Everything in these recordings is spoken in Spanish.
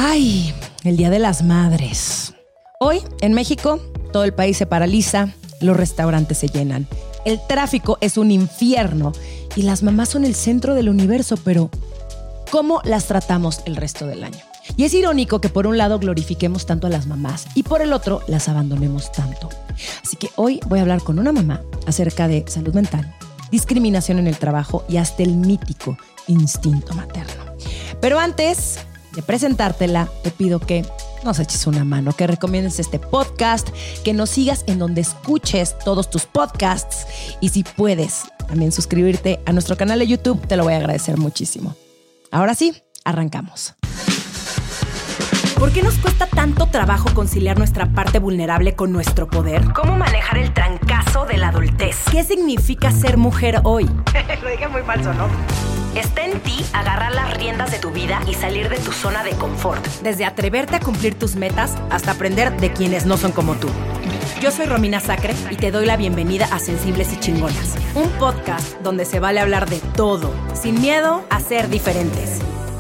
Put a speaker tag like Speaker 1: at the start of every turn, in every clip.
Speaker 1: Ay, el Día de las Madres. Hoy, en México, todo el país se paraliza, los restaurantes se llenan, el tráfico es un infierno y las mamás son el centro del universo, pero ¿cómo las tratamos el resto del año? Y es irónico que por un lado glorifiquemos tanto a las mamás y por el otro las abandonemos tanto. Así que hoy voy a hablar con una mamá acerca de salud mental, discriminación en el trabajo y hasta el mítico instinto materno. Pero antes de presentártela, te pido que nos eches una mano, que recomiendes este podcast, que nos sigas en donde escuches todos tus podcasts y si puedes también suscribirte a nuestro canal de YouTube, te lo voy a agradecer muchísimo. Ahora sí, arrancamos.
Speaker 2: ¿Por qué nos cuesta tanto trabajo conciliar nuestra parte vulnerable con nuestro poder? ¿Cómo manejar el trancazo de la adultez? ¿Qué significa ser mujer hoy? Lo dije muy falso, ¿no? Está en ti agarrar las riendas de tu vida y salir de tu zona de confort. Desde atreverte a cumplir tus metas hasta aprender de quienes no son como tú. Yo soy Romina Sacre y te doy la bienvenida a Sensibles y Chingonas, un podcast donde se vale hablar de todo, sin miedo a ser diferentes.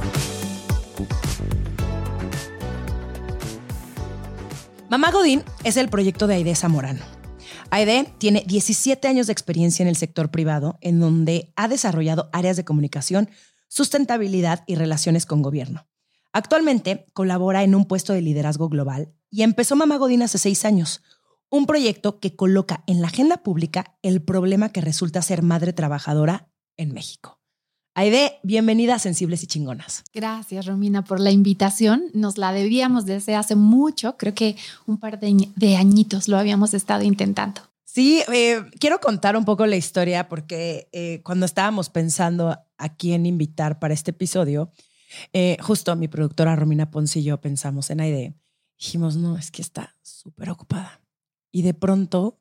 Speaker 1: Mamá Godín es el proyecto de Aide Zamorano. Aide tiene 17 años de experiencia en el sector privado, en donde ha desarrollado áreas de comunicación, sustentabilidad y relaciones con gobierno. Actualmente colabora en un puesto de liderazgo global y empezó Mamá Godín hace 6 años, un proyecto que coloca en la agenda pública el problema que resulta ser madre trabajadora en México. Aide, bienvenida a Sensibles y Chingonas.
Speaker 3: Gracias, Romina, por la invitación. Nos la debíamos desde hace mucho, creo que un par de añitos lo habíamos estado intentando.
Speaker 1: Sí, quiero contar un poco la historia porque cuando estábamos pensando a quién invitar para este episodio, justo mi productora Romina Ponce y yo pensamos en Aide. Dijimos, no, es que está súper ocupada. Y de pronto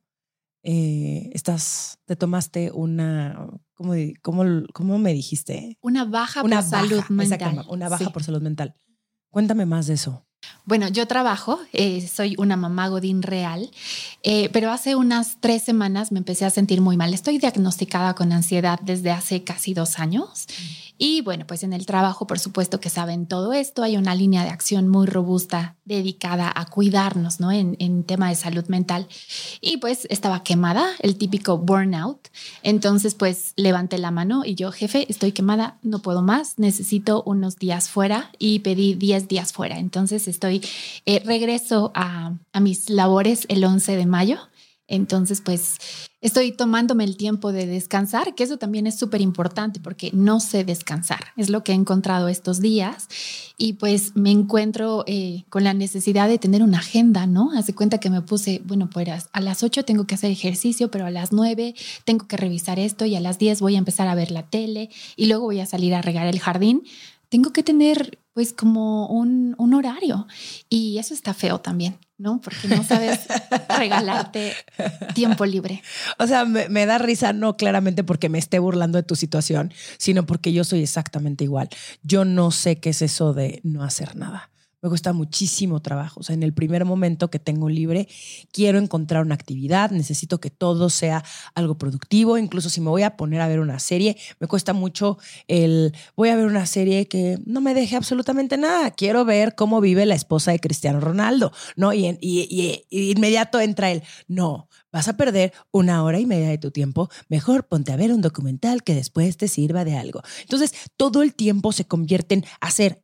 Speaker 1: te tomaste una, ¿cómo me dijiste?
Speaker 3: Una baja por salud mental.
Speaker 1: Una baja por salud mental. Cuéntame más de eso.
Speaker 3: Bueno, yo trabajo, soy una mamá Godín real, pero hace unas 3 semanas me empecé a sentir muy mal. Estoy diagnosticada con ansiedad desde hace casi 2 años. Y bueno, pues en el trabajo, por supuesto que saben todo esto. Hay una línea de acción muy robusta dedicada a cuidarnos, ¿no? En tema de salud mental. Y pues estaba quemada, el típico burnout. Entonces, pues levanté la mano y yo, jefe, estoy quemada, no puedo más, necesito unos días fuera y pedí 10 días fuera. Entonces regreso a mis labores el 11 de mayo. Entonces, pues estoy tomándome el tiempo de descansar, que eso también es súper importante porque no sé descansar. Es lo que he encontrado estos días y pues me encuentro con la necesidad de tener una agenda, ¿no? Haz de cuenta que me puse, bueno, pues a las 8 tengo que hacer ejercicio, pero a las 9 tengo que revisar esto y a las 10 voy a empezar a ver la tele y luego voy a salir a regar el jardín. Tengo que tener pues como un horario y eso está feo también, ¿no? Porque no sabes regalarte tiempo libre.
Speaker 1: O sea, me da risa, no claramente porque me esté burlando de tu situación, sino porque yo soy exactamente igual. Yo no sé qué es eso de no hacer nada. Me cuesta muchísimo trabajo. O sea, en el primer momento que tengo libre, quiero encontrar una actividad, necesito que todo sea algo productivo. Incluso si me voy a poner a ver una serie, me cuesta mucho voy a ver una serie que no me deje absolutamente nada. Quiero ver cómo vive la esposa de Cristiano Ronaldo, ¿no? Y inmediato entra no, vas a perder 1 hora y media de tu tiempo. Mejor ponte a ver un documental que después te sirva de algo. Entonces, todo el tiempo se convierte en hacer.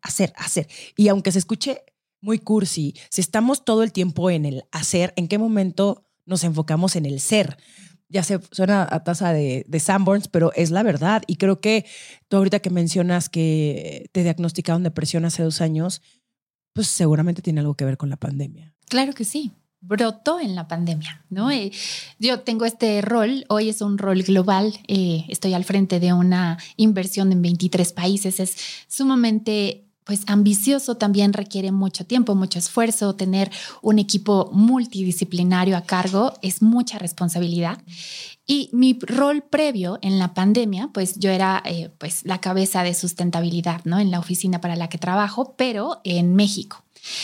Speaker 1: Y aunque se escuche muy cursi, si estamos todo el tiempo en el hacer, ¿en qué momento nos enfocamos en el ser? Ya se suena a taza de Sanborns, pero es la verdad. Y creo que tú ahorita que mencionas que te diagnosticaron depresión hace 2 años, pues seguramente tiene algo que ver con la pandemia.
Speaker 3: Claro que sí. Brotó en la pandemia, ¿no? Yo tengo este rol, hoy es un rol global, estoy al frente de una inversión en 23 países, es sumamente pues ambicioso, también requiere mucho tiempo, mucho esfuerzo, tener un equipo multidisciplinario a cargo es mucha responsabilidad. Y mi rol previo en la pandemia, pues yo era pues la cabeza de sustentabilidad, ¿no? En la oficina para la que trabajo, pero en México.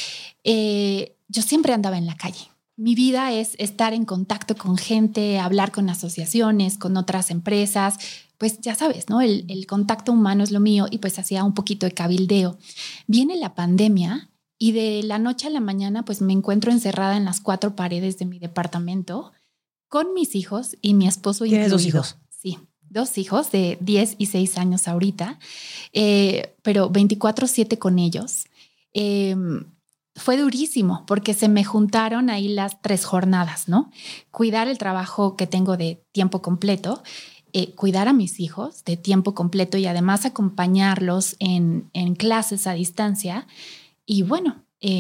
Speaker 3: Yo siempre andaba en la calle. Mi vida es estar en contacto con gente, hablar con asociaciones, con otras empresas, pues ya sabes, ¿no? El contacto humano es lo mío y pues hacía un poquito de cabildeo. Viene la pandemia y de la noche a la mañana pues me encuentro encerrada en las 4 paredes de mi departamento con mis hijos y mi esposo incluido.
Speaker 1: ¿Tienes 2 hijos?
Speaker 3: Sí, 2 hijos de 10 y 6 años ahorita, pero 24/7 con ellos. Fue durísimo porque se me juntaron ahí las 3 jornadas, ¿no? Cuidar el trabajo que tengo de tiempo completo, cuidar a mis hijos de tiempo completo y además acompañarlos en clases a distancia. Y bueno,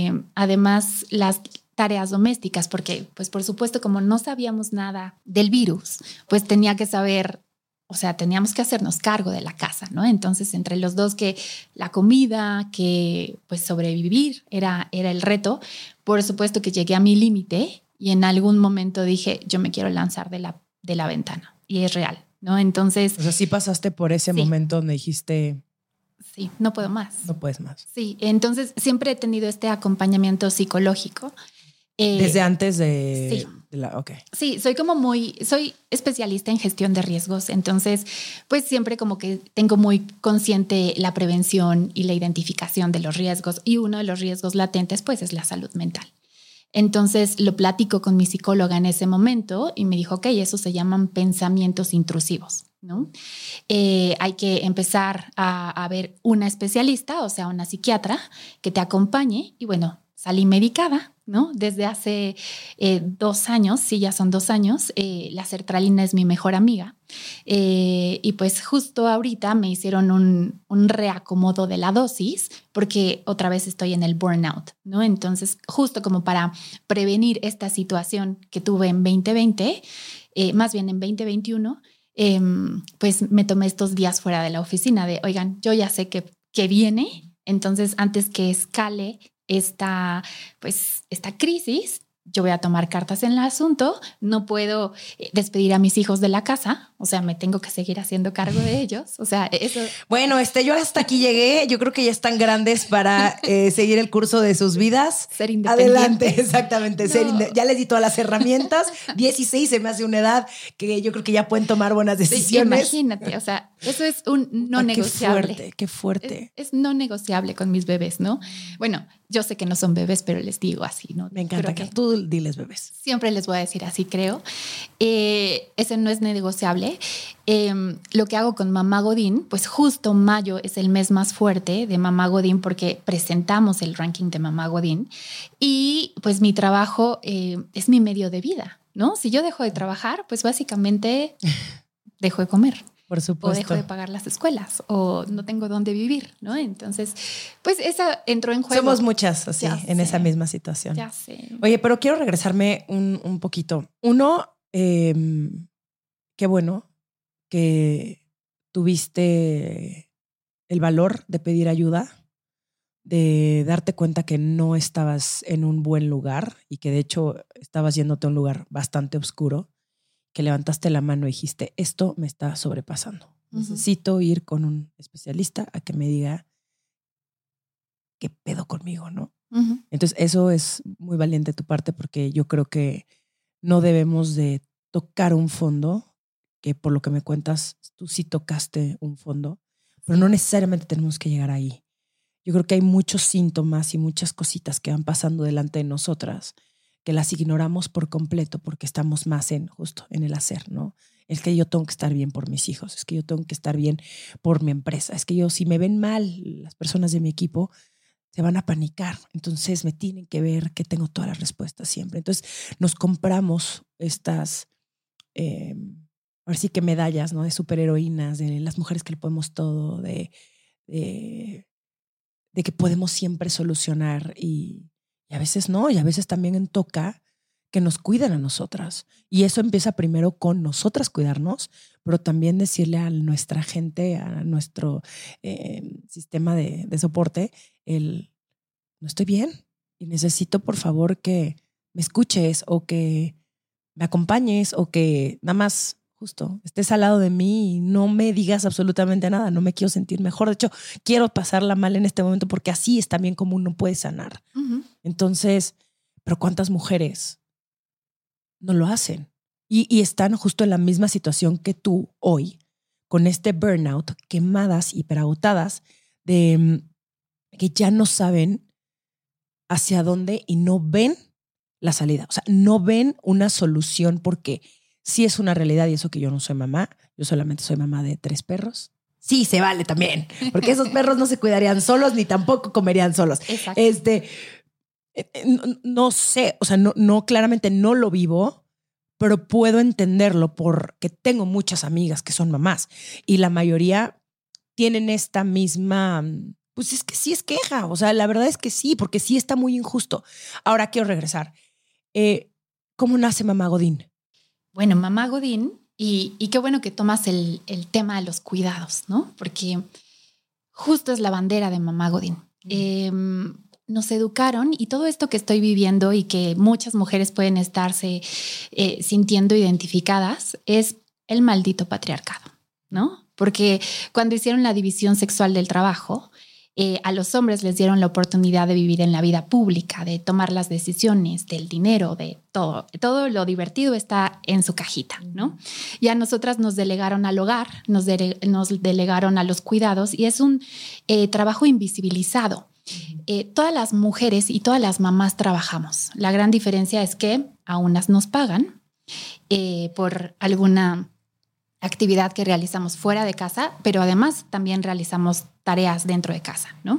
Speaker 3: además las tareas domésticas, porque pues por supuesto como no sabíamos nada del virus, pues tenía que saber, o sea, teníamos que hacernos cargo de la casa, ¿no? Entonces, entre los dos, que la comida, que pues sobrevivir era el reto. Por supuesto que llegué a mi límite y en algún momento dije, yo me quiero lanzar de la ventana. Y es real, ¿no? Entonces...
Speaker 1: O sea, sí pasaste por ese momento donde dijiste...
Speaker 3: Sí, no puedo más.
Speaker 1: No puedes más.
Speaker 3: Sí, entonces siempre he tenido este acompañamiento psicológico.
Speaker 1: Desde antes de...
Speaker 3: Sí.
Speaker 1: Okay.
Speaker 3: Sí, soy especialista en gestión de riesgos, entonces pues siempre como que tengo muy consciente la prevención y la identificación de los riesgos, y uno de los riesgos latentes pues es la salud mental. Entonces lo platico con mi psicóloga en ese momento y me dijo, ok, eso se llaman pensamientos intrusivos, ¿no? Hay que empezar a ver una especialista, o sea, una psiquiatra que te acompañe, y bueno, salí medicada, ¿no? Desde hace 2 años, sí, ya son 2 años, la sertralina es mi mejor amiga. Y pues justo ahorita me hicieron un reacomodo de la dosis porque otra vez estoy en el burnout, ¿no? Entonces, justo como para prevenir esta situación que tuve en 2020, más bien en 2021, pues me tomé estos días fuera de la oficina de, oigan, yo ya sé que viene, entonces antes que escale esta crisis, yo voy a tomar cartas en el asunto, no puedo despedir a mis hijos de la casa, o sea, me tengo que seguir haciendo cargo de ellos, o sea, eso...
Speaker 1: Bueno, yo hasta aquí llegué, yo creo que ya están grandes para seguir el curso de sus vidas.
Speaker 3: Ser independientes.
Speaker 1: Adelante, exactamente,
Speaker 3: No.
Speaker 1: Ya les di todas las herramientas, 16 se me hace una edad que yo creo que ya pueden tomar buenas decisiones.
Speaker 3: Sí, imagínate, o sea, eso es un no negociable.
Speaker 1: Qué fuerte.
Speaker 3: Es no negociable con mis bebés, ¿no? Bueno, yo sé que no son bebés, pero les digo así, ¿no?
Speaker 1: Me encanta que tú diles bebés.
Speaker 3: Siempre les voy a decir así, creo. Ese no es negociable. Lo que hago con Mamá Godín, pues justo mayo es el mes más fuerte de Mamá Godín porque presentamos el ranking de Mamá Godín y pues mi trabajo es mi medio de vida, ¿no? Si yo dejo de trabajar, pues básicamente dejo de comer.
Speaker 1: Por supuesto.
Speaker 3: O dejo de pagar las escuelas o no tengo dónde vivir, ¿no? Entonces, pues esa entró en juego.
Speaker 1: Somos muchas así, en esa misma situación.
Speaker 3: Ya sé.
Speaker 1: Oye, pero quiero regresarme un poquito. Uno, qué bueno que tuviste el valor de pedir ayuda, de darte cuenta que no estabas en un buen lugar y que de hecho estabas yéndote a un lugar bastante oscuro, que levantaste la mano y dijiste, esto me está sobrepasando. Necesito ir con un especialista a que me diga qué pedo conmigo, ¿no? Entonces eso es muy valiente de tu parte porque yo creo que no debemos de tocar un fondo, que por lo que me cuentas, tú sí tocaste un fondo, pero no necesariamente tenemos que llegar ahí. Yo creo que hay muchos síntomas y muchas cositas que van pasando delante de nosotras que las ignoramos por completo porque estamos más justo en el hacer, ¿no? Es que yo tengo que estar bien por mis hijos, es que yo tengo que estar bien por mi empresa, es que si me ven mal las personas de mi equipo, se van a panicar. Entonces me tienen que ver que tengo todas las respuestas siempre. Entonces nos compramos estas, ahora sí que medallas, ¿no? De superheroínas, de las mujeres que lo podemos todo, de que podemos siempre solucionar y a veces no, y a veces también toca que nos cuiden a nosotras. Y eso empieza primero con nosotras cuidarnos, pero también decirle a nuestra gente, a nuestro sistema de soporte, no estoy bien y necesito por favor que me escuches o que me acompañes o que nada más justo estés al lado de mí y no me digas absolutamente nada, no me quiero sentir mejor. De hecho, quiero pasarla mal en este momento porque así es también como uno puede sanar. Entonces, pero ¿cuántas mujeres no lo hacen? Y están justo en la misma situación que tú hoy, con este burnout, quemadas, hiperagotadas, de que ya no saben hacia dónde y no ven la salida. O sea, no ven una solución porque sí es una realidad, y eso que yo no soy mamá, yo solamente soy mamá de 3 perros. Sí, se vale también, porque esos perros no se cuidarían solos ni tampoco comerían solos.
Speaker 3: Exacto.
Speaker 1: No sé, o sea, no, claramente no lo vivo, pero puedo entenderlo porque tengo muchas amigas que son mamás y la mayoría tienen esta misma, pues es que sí es queja, o sea, la verdad es que sí, porque sí está muy injusto. Ahora quiero regresar. ¿Cómo nace Mamá Godín?
Speaker 3: Bueno, Mamá Godín, y qué bueno que tomas el tema de los cuidados, ¿no? Porque justo es la bandera de Mamá Godín. Nos educaron, y todo esto que estoy viviendo y que muchas mujeres pueden estarse sintiendo identificadas es el maldito patriarcado, ¿no? Porque cuando hicieron la división sexual del trabajo, a los hombres les dieron la oportunidad de vivir en la vida pública, de tomar las decisiones, del dinero, de todo. Todo lo divertido está en su cajita, ¿no? Y a nosotras nos delegaron al hogar, nos delegaron a los cuidados, y es un trabajo invisibilizado. Todas las mujeres y todas las mamás trabajamos. La gran diferencia es que a unas nos pagan por alguna actividad que realizamos fuera de casa, pero además también realizamos tareas dentro de casa, ¿no?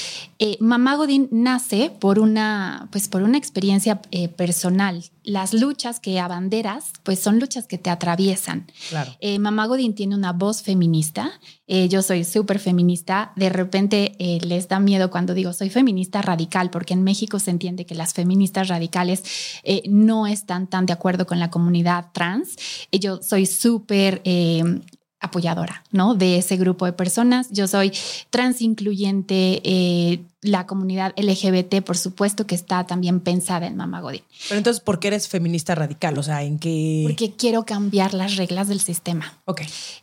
Speaker 3: Mamá Godín nace por una experiencia personal. Las luchas que abanderas, pues son luchas que te atraviesan.
Speaker 1: Claro.
Speaker 3: Mamá Godín tiene una voz feminista. Yo soy súper feminista. De repente les da miedo cuando digo soy feminista radical, porque en México se entiende que las feministas radicales no están tan de acuerdo con la comunidad trans. Yo soy súper apoyadora, ¿no? De ese grupo de personas. Yo soy trans incluyente, la comunidad LGBT, por supuesto, que está también pensada en Mamá Godín.
Speaker 1: Pero entonces, ¿por qué eres feminista radical? O sea, ¿en qué? Porque
Speaker 3: quiero cambiar las reglas del sistema.
Speaker 1: Ok.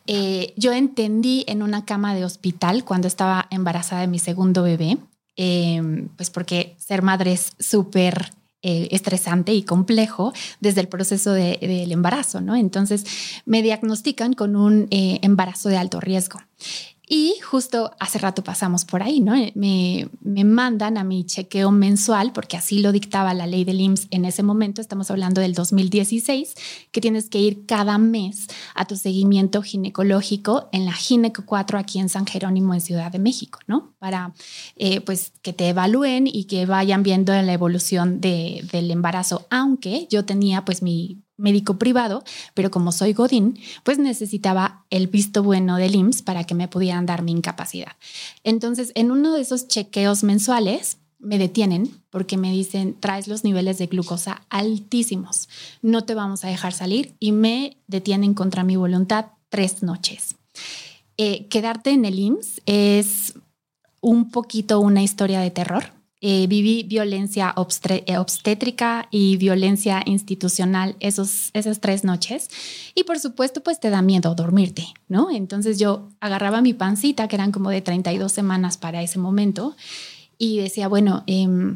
Speaker 3: Yo entendí en una cama de hospital cuando estaba embarazada de mi segundo bebé, pues porque ser madre es súper estresante y complejo desde el proceso del embarazo, ¿no? Entonces me diagnostican con un embarazo de alto riesgo. Y justo hace rato pasamos por ahí, ¿no? Me mandan a mi chequeo mensual, porque así lo dictaba la ley del IMSS en ese momento. Estamos hablando del 2016, que tienes que ir cada mes a tu seguimiento ginecológico en la Gineco 4 aquí en San Jerónimo, en Ciudad de México, ¿no? Para pues que te evalúen y que vayan viendo la evolución del embarazo. Aunque yo tenía pues mi médico privado, pero como soy Godín, pues necesitaba el visto bueno del IMSS para que me pudieran dar mi incapacidad. Entonces, en uno de esos chequeos mensuales me detienen porque me dicen, traes los niveles de glucosa altísimos, no te vamos a dejar salir, y me detienen contra mi voluntad 3 noches. Quedarte en el IMSS es un poquito una historia de terror. Viví violencia obstétrica y violencia institucional esas 3 noches. Y por supuesto, pues te da miedo dormirte, ¿no? Entonces yo agarraba mi pancita, que eran como de 32 semanas para ese momento, y decía, bueno,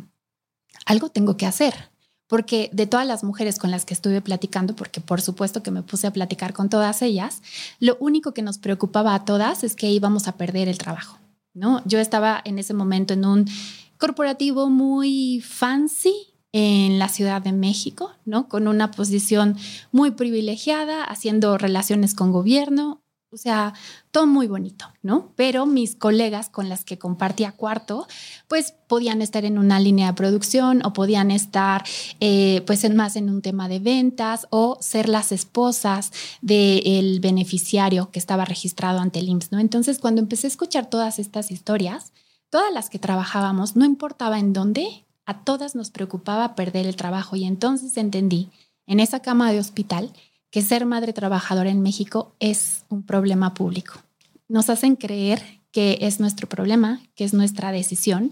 Speaker 3: algo tengo que hacer. Porque de todas las mujeres con las que estuve platicando, porque por supuesto que me puse a platicar con todas ellas, lo único que nos preocupaba a todas es que íbamos a perder el trabajo, ¿no? Yo estaba en ese momento en un corporativo muy fancy en la Ciudad de México, ¿no? Con una posición muy privilegiada, haciendo relaciones con gobierno, o sea, todo muy bonito, ¿no? Pero mis colegas con las que compartía cuarto, pues podían estar en una línea de producción o podían estar pues más en un tema de ventas o ser las esposas del beneficiario que estaba registrado ante el IMSS, ¿no? Entonces, cuando empecé a escuchar todas estas historias, todas las que trabajábamos, no importaba en dónde, a todas nos preocupaba perder el trabajo. Y entonces entendí en esa cama de hospital que ser madre trabajadora en México es un problema público. Nos hacen creer que es nuestro problema, que es nuestra decisión.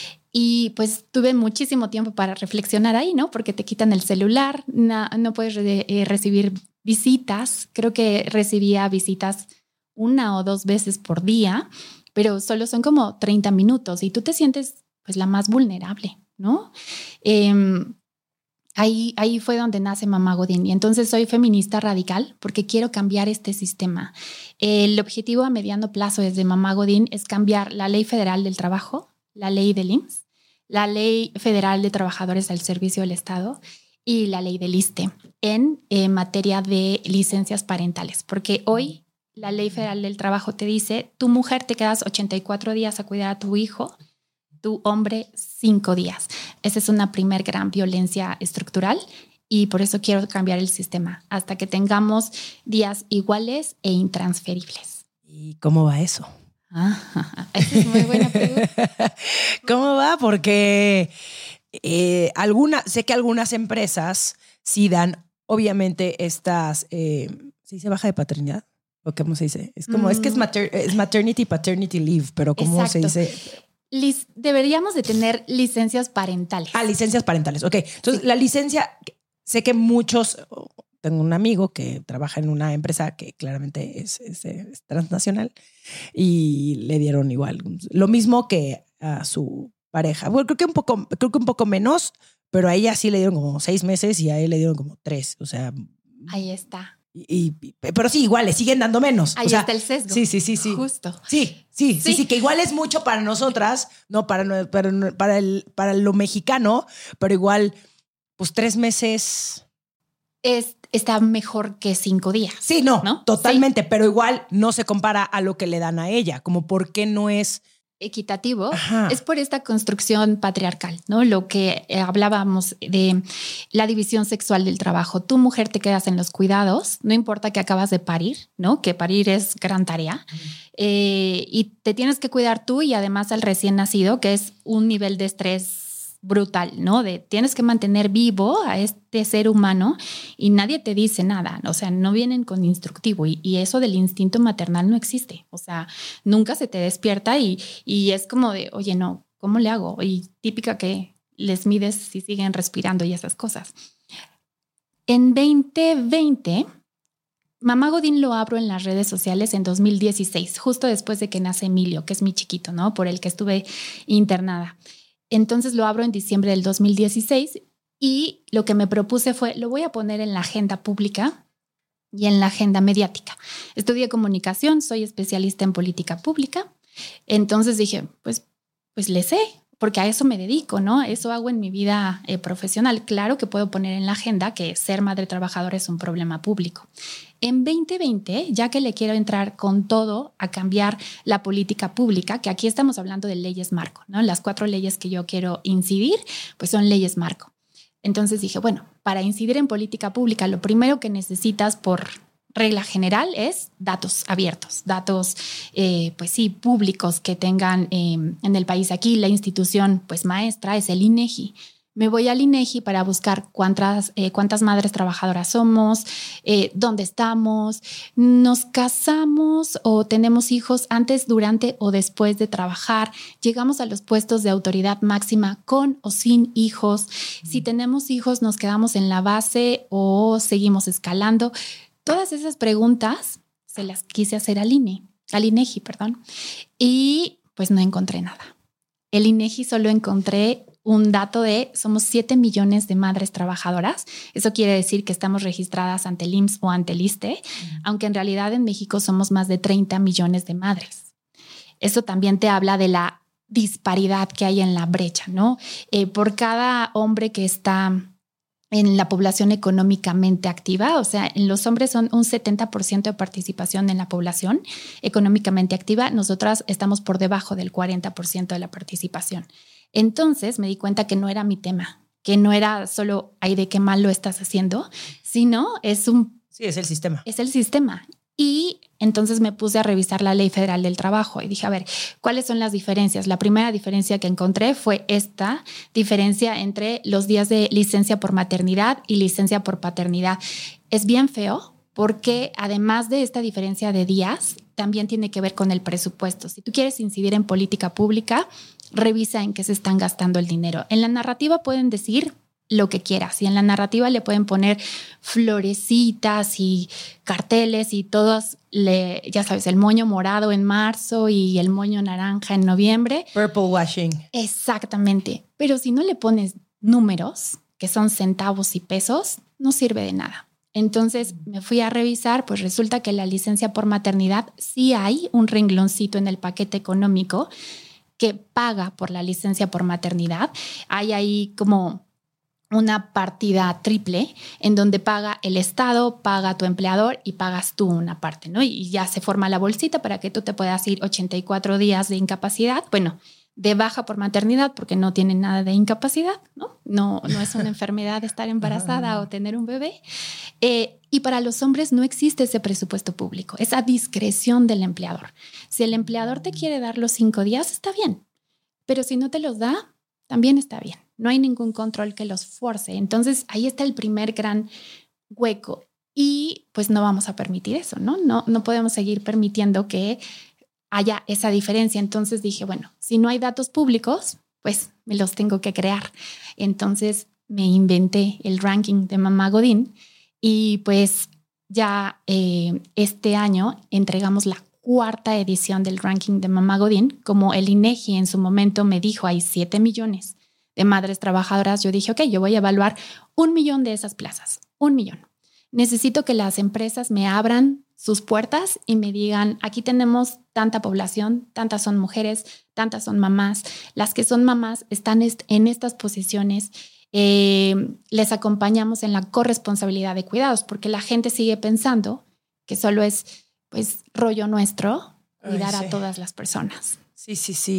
Speaker 3: Y pues tuve muchísimo tiempo para reflexionar ahí, ¿no? Porque te quitan el celular, no puedes recibir visitas. Creo que recibía visitas 1 o 2 veces por día, pero solo son como 30 minutos y tú te sientes pues la más vulnerable, ¿no? Ahí fue donde nace Mamá Godín. Y entonces soy feminista radical porque quiero cambiar este sistema. El objetivo a mediano plazo desde Mamá Godín es cambiar la Ley Federal del Trabajo, la ley del IMSS, la Ley Federal de Trabajadores al Servicio del Estado y la ley del ISSSTE en materia de licencias parentales. Porque hoy la Ley Federal del Trabajo te dice, tu mujer te quedas 84 días a cuidar a tu hijo, tu hombre 5 días. Esa es una primer gran violencia estructural y por eso quiero cambiar el sistema hasta que tengamos días iguales e intransferibles.
Speaker 1: ¿Y cómo va eso?
Speaker 3: Esa es muy buena pregunta.
Speaker 1: ¿Cómo va? Porque sé que algunas empresas sí dan, obviamente, estas... ¿se dice baja de paternidad? ¿O cómo se dice? Es como, es que es maternity, paternity leave, pero ¿cómo
Speaker 3: Exacto.
Speaker 1: se dice?
Speaker 3: Deberíamos de tener licencias parentales.
Speaker 1: Licencias parentales. Ok. Entonces, la licencia, sé que muchos, tengo un amigo que trabaja en una empresa que claramente es transnacional y le dieron igual lo mismo que a su pareja. Bueno, creo que un poco menos, pero a ella sí le dieron como 6 meses y a él le dieron como 3. O sea,
Speaker 3: ahí está.
Speaker 1: Pero sí, igual, le siguen dando menos.
Speaker 3: Ahí está el sesgo.
Speaker 1: Sí.
Speaker 3: Justo.
Speaker 1: Sí, que igual es mucho para nosotras, no para lo mexicano, pero igual, pues 3 meses.
Speaker 3: Está mejor que 5 días.
Speaker 1: Sí, ¿no? Totalmente, sí. Pero igual no se compara a lo que le dan a ella, como por qué no es
Speaker 3: equitativo.
Speaker 1: Ajá.
Speaker 3: Es por esta construcción patriarcal, ¿no? Lo que hablábamos de la división sexual del trabajo. Tu mujer te quedas en los cuidados, no importa que acabas de parir, ¿no? Que parir es gran tarea. Y te tienes que cuidar tú y además al recién nacido, que es un nivel de estrés brutal, ¿no? Tienes que mantener vivo a este ser humano y nadie te dice nada, o sea, no vienen con instructivo y eso del instinto maternal no existe, o sea, nunca se te despierta y es como de, oye, no, ¿cómo le hago? Y típica que les mides si siguen respirando y esas cosas. En 2020, Mamá Godín lo abro en las redes sociales en 2016, justo después de que nace Emilio, que es mi chiquito, ¿no? Por el que estuve internada. Entonces lo abro en diciembre del 2016 y lo que me propuse fue, lo voy a poner en la agenda pública y en la agenda mediática. Estudié comunicación, soy especialista en política pública. Entonces dije, pues le sé, porque a eso me dedico, ¿no? Eso hago en mi vida profesional. Claro que puedo poner en la agenda que ser madre trabajadora es un problema público. En 2020, ya que le quiero entrar con todo a cambiar la política pública, que aquí estamos hablando de leyes marco, ¿no? Las 4 leyes que yo quiero incidir, pues son leyes marco. Entonces dije, bueno, para incidir en política pública, lo primero que necesitas por regla general es datos abiertos, datos, pues sí, públicos que tengan en el país. Aquí la institución, pues maestra, es el INEGI. Me voy al INEGI para buscar cuántas madres trabajadoras somos, dónde estamos, nos casamos o tenemos hijos antes, durante o después de trabajar, llegamos a los puestos de autoridad máxima con o sin hijos, si tenemos hijos nos quedamos en la base o seguimos escalando. Todas esas preguntas se las quise hacer al INEGI, y pues no encontré nada. El INEGI solo encontré un dato de somos 7 millones de madres trabajadoras. Eso quiere decir que estamos registradas ante el IMSS o ante el ISSSTE, aunque en realidad en México somos más de 30 millones de madres. Eso también te habla de la disparidad que hay en la brecha, ¿no? Por cada hombre que está en la población económicamente activa, o sea, en los hombres son un 70% de participación en la población económicamente activa, nosotras estamos por debajo del 40% de la participación. Entonces me di cuenta que no era mi tema, que no era solo, ay, de qué mal lo estás haciendo, sino es el sistema. Es el sistema. Y entonces me puse a revisar la Ley Federal del Trabajo y dije, a ver, ¿cuáles son las diferencias? La primera diferencia que encontré fue esta diferencia entre los días de licencia por maternidad y licencia por paternidad. Es bien feo porque además de esta diferencia de días, también tiene que ver con el presupuesto. Si tú quieres incidir en política pública, revisa en qué se están gastando el dinero. En la narrativa pueden decir lo que quieras y en la narrativa le pueden poner florecitas y carteles y todos, ya sabes, el moño morado en marzo y el moño naranja en noviembre.
Speaker 1: Purple washing.
Speaker 3: Exactamente. Pero si no le pones números, que son centavos y pesos, no sirve de nada. Entonces me fui a revisar, pues resulta que la licencia por maternidad sí hay un rengloncito en el paquete económico que paga por la licencia por maternidad. Hay ahí como una partida triple en donde paga el Estado, paga tu empleador y pagas tú una parte, ¿no? Y ya se forma la bolsita para que tú te puedas ir 84 días de incapacidad, bueno, de baja por maternidad porque no tiene nada de incapacidad, ¿no? No es una enfermedad estar embarazada o tener un bebé. Y para los hombres no existe ese presupuesto público, esa discreción del empleador. Si el empleador te quiere dar los 5 días, está bien, pero si no te los da, también está bien. No hay ningún control que los force. Entonces, ahí está el primer gran hueco. Y pues no vamos a permitir eso, ¿no? No podemos seguir permitiendo que haya esa diferencia. Entonces dije, bueno, si no hay datos públicos, pues me los tengo que crear. Entonces me inventé el ranking de Mamá Godín y pues ya este año entregamos la 4ª edición del ranking de Mamá Godín. Como el INEGI en su momento me dijo, hay 7 millones de madres trabajadoras, yo dije, ok, yo voy a evaluar 1 millón de esas plazas, 1 millón. Necesito que las empresas me abran sus puertas y me digan, aquí tenemos tanta población, tantas son mujeres, tantas son mamás. Las que son mamás están en estas posiciones. Les acompañamos en la corresponsabilidad de cuidados, porque la gente sigue pensando que solo es pues rollo nuestro cuidar a todas las personas.
Speaker 1: Sí.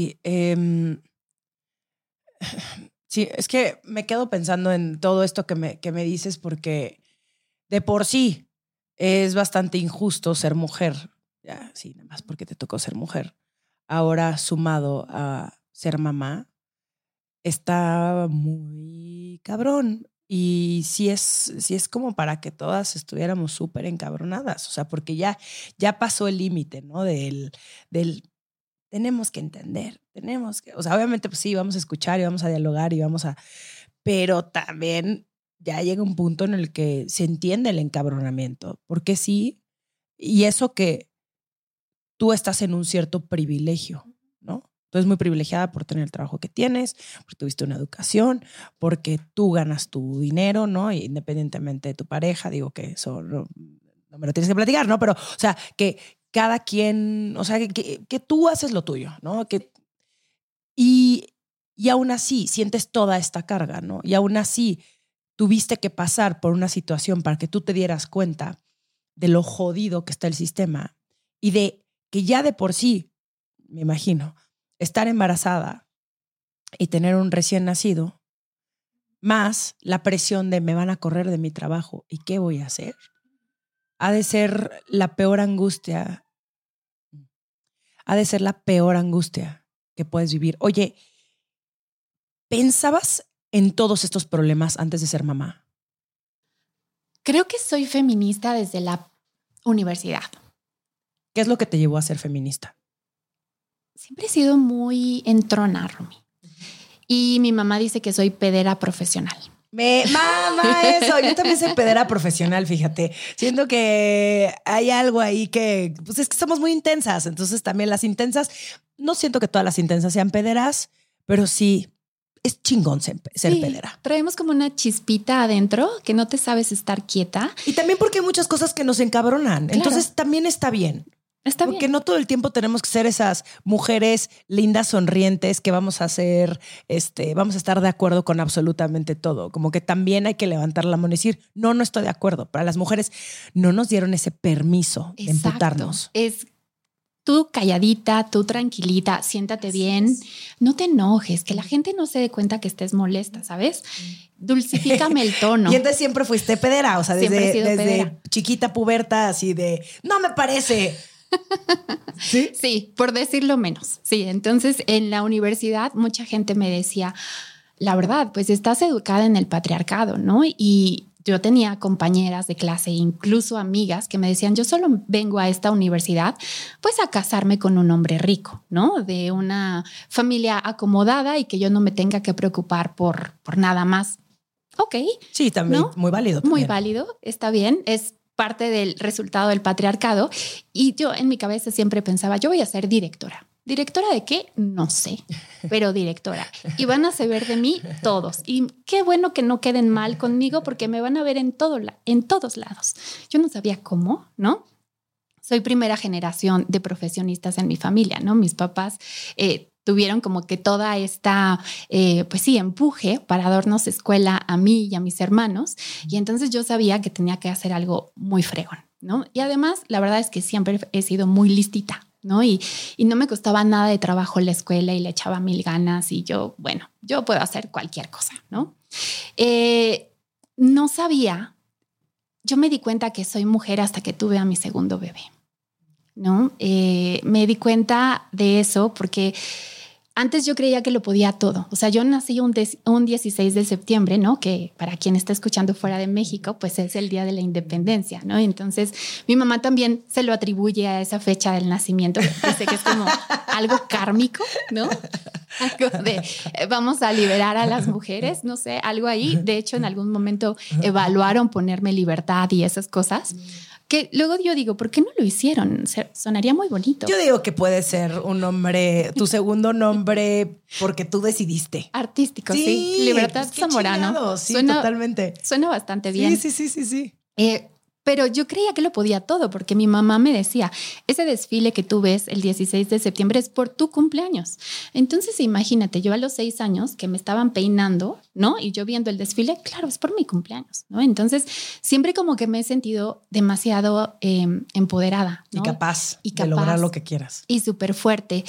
Speaker 1: Sí, es que me quedo pensando en todo esto que me dices porque de por sí es bastante injusto ser mujer. Ya, sí, nada más porque te tocó ser mujer. Ahora sumado a ser mamá, está muy cabrón. Y sí es como para que todas estuviéramos súper encabronadas. O sea, porque ya pasó el límite, ¿no? Del tenemos que entender, o sea, obviamente pues sí, vamos a escuchar y vamos a dialogar y pero también ya llega un punto en el que se entiende el encabronamiento, porque sí, y eso que tú estás en un cierto privilegio, ¿no? Tú eres muy privilegiada por tener el trabajo que tienes, porque tuviste una educación, porque tú ganas tu dinero, ¿no? Y independientemente de tu pareja, digo que eso no me lo tienes que platicar, ¿no? Pero, o sea, que cada quien, o sea, que tú haces lo tuyo, ¿no? Y aún así sientes toda esta carga, ¿no? Y aún así tuviste que pasar por una situación para que tú te dieras cuenta de lo jodido que está el sistema y de que ya de por sí, me imagino, estar embarazada y tener un recién nacido, más la presión de me van a correr de mi trabajo y ¿qué voy a hacer? Ha de ser la peor angustia que puedes vivir. Oye, ¿pensabas en todos estos problemas antes de ser mamá?
Speaker 3: Creo que soy feminista desde la universidad.
Speaker 1: ¿Qué es lo que te llevó a ser feminista?
Speaker 3: Siempre he sido muy entrona, Romy. Y mi mamá dice que soy pedera profesional.
Speaker 1: Mamá, eso. Yo también soy pedera profesional, fíjate. Siento que hay algo ahí que, pues es que somos muy intensas. Entonces también las intensas, no siento que todas las intensas sean pederas, pero sí es chingón ser pedera.
Speaker 3: Traemos como una chispita adentro que no te sabes estar quieta.
Speaker 1: Y también porque hay muchas cosas que nos encabronan. Claro. Entonces también está bien.
Speaker 3: Está
Speaker 1: porque
Speaker 3: bien.
Speaker 1: No todo el tiempo tenemos que ser esas mujeres lindas, sonrientes, que vamos a ser, vamos a estar de acuerdo con absolutamente todo. Como que también hay que levantar la mano y decir, no estoy de acuerdo. Para las mujeres no nos dieron ese permiso de emputarnos.
Speaker 3: Es tú calladita, tú tranquilita, siéntate bien, no te enojes, que la gente no se dé cuenta que estés molesta, ¿sabes? Dulcifícame el tono.
Speaker 1: Y entonces siempre fuiste pedera, o sea, desde
Speaker 3: pedera.
Speaker 1: Chiquita, puberta, así de, no me parece. ¿Sí?
Speaker 3: Sí, por decirlo menos. Sí, entonces en la universidad mucha gente me decía, la verdad, pues estás educada en el patriarcado, ¿no? Y yo tenía compañeras de clase, incluso amigas, que me decían, yo solo vengo a esta universidad pues a casarme con un hombre rico, ¿no? De una familia acomodada y que yo no me tenga que preocupar por nada más. Ok.
Speaker 1: Sí, también, ¿no? Muy válido. También.
Speaker 3: Muy válido, está bien, es parte del resultado del patriarcado. Y yo en mi cabeza siempre pensaba, yo voy a ser directora. ¿Directora de qué? No sé, pero directora. Y van a saber de mí todos. Y qué bueno que no queden mal conmigo porque me van a ver en todos lados. Yo no sabía cómo, ¿no? Soy primera generación de profesionistas en mi familia, ¿no? Mis papás tuvieron como que toda esta, pues sí, empuje para darnos escuela a mí y a mis hermanos. Y entonces yo sabía que tenía que hacer algo muy fregón, ¿no? Y además, la verdad es que siempre he sido muy listita, ¿no? Y no me costaba nada de trabajo la escuela y le echaba 1000 ganas y yo puedo hacer cualquier cosa, ¿no? No sabía, yo me di cuenta que soy mujer hasta que tuve a mi segundo bebé, ¿no? Me di cuenta de eso porque antes yo creía que lo podía todo. O sea, yo nací un 16 de septiembre, ¿no? Que para quien está escuchando fuera de México, pues es el Día de la Independencia, ¿no? Entonces, mi mamá también se lo atribuye a esa fecha del nacimiento. Dice que es como algo kármico, ¿no? Algo de vamos a liberar a las mujeres, no sé, algo ahí. De hecho, en algún momento evaluaron ponerme libertad y esas cosas. Que luego yo digo, ¿por qué no lo hicieron? Sonaría muy bonito.
Speaker 1: Yo digo que puede ser un nombre, tu segundo nombre, porque tú decidiste.
Speaker 3: Artístico, sí. Libertad
Speaker 1: pues
Speaker 3: Zamorano.
Speaker 1: Sí, totalmente.
Speaker 3: Suena bastante bien.
Speaker 1: Sí.
Speaker 3: Pero yo creía que lo podía todo porque mi mamá me decía, ese desfile que tú ves el 16 de septiembre es por tu cumpleaños. Entonces imagínate, yo a los 6 años que me estaban peinando, ¿no? Y yo viendo el desfile, claro, es por mi cumpleaños, ¿no? Entonces siempre como que me he sentido demasiado empoderada, ¿no?
Speaker 1: Y capaz de lograr lo que quieras.
Speaker 3: Y súper fuerte.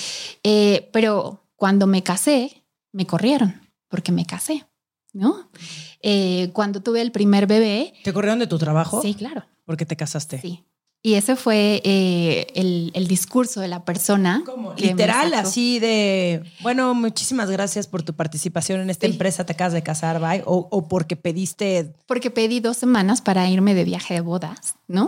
Speaker 3: Pero cuando me casé, me corrieron porque me casé, ¿no? Cuando tuve el primer bebé.
Speaker 1: ¿Te corrieron de tu trabajo?
Speaker 3: Sí, claro.
Speaker 1: ¿Porque te casaste?
Speaker 3: Sí. Y ese fue el discurso de la persona.
Speaker 1: ¿Cómo? Literal, así de, bueno, muchísimas gracias por tu participación en esta empresa, te acabas de casar, bye. O porque pediste...
Speaker 3: Porque pedí 2 semanas para irme de viaje de bodas, ¿no?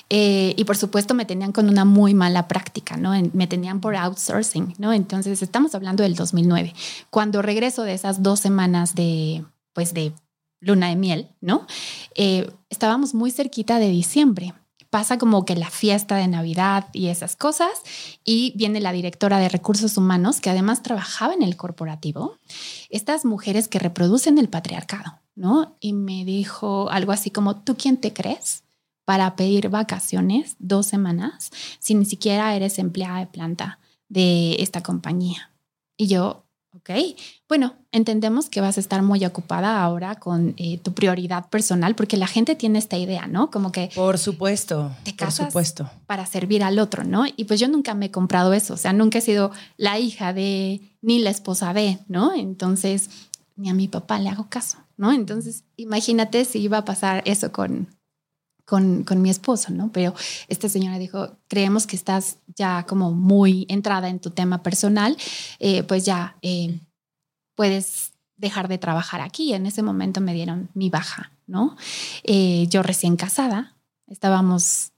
Speaker 3: Y por supuesto me tenían con una muy mala práctica, ¿no? Me tenían por outsourcing, ¿no? Entonces estamos hablando del 2009. Cuando regreso de esas 2 semanas de luna de miel, ¿no? Estábamos muy cerquita de diciembre. Pasa como que la fiesta de Navidad y esas cosas y viene la directora de recursos humanos que además trabajaba en el corporativo. Estas mujeres que reproducen el patriarcado, ¿no? Y me dijo algo así como, ¿tú quién te crees para pedir vacaciones 2 semanas si ni siquiera eres empleada de planta de esta compañía? Y yo... Ok, bueno, entendemos que vas a estar muy ocupada ahora con tu prioridad personal porque la gente tiene esta idea, ¿no? Como que...
Speaker 1: Por supuesto,
Speaker 3: te casas para servir al otro, ¿no? Y pues yo nunca me he comprado eso, o sea, nunca he sido la hija de ni la esposa de, ¿no? Entonces, ni a mi papá le hago caso, ¿no? Entonces, imagínate si iba a pasar eso con mi esposo, ¿no? Pero esta señora dijo, creemos que estás ya como muy entrada en tu tema personal, pues ya puedes dejar de trabajar aquí. En ese momento me dieron mi baja, ¿no? Yo recién casada, estábamos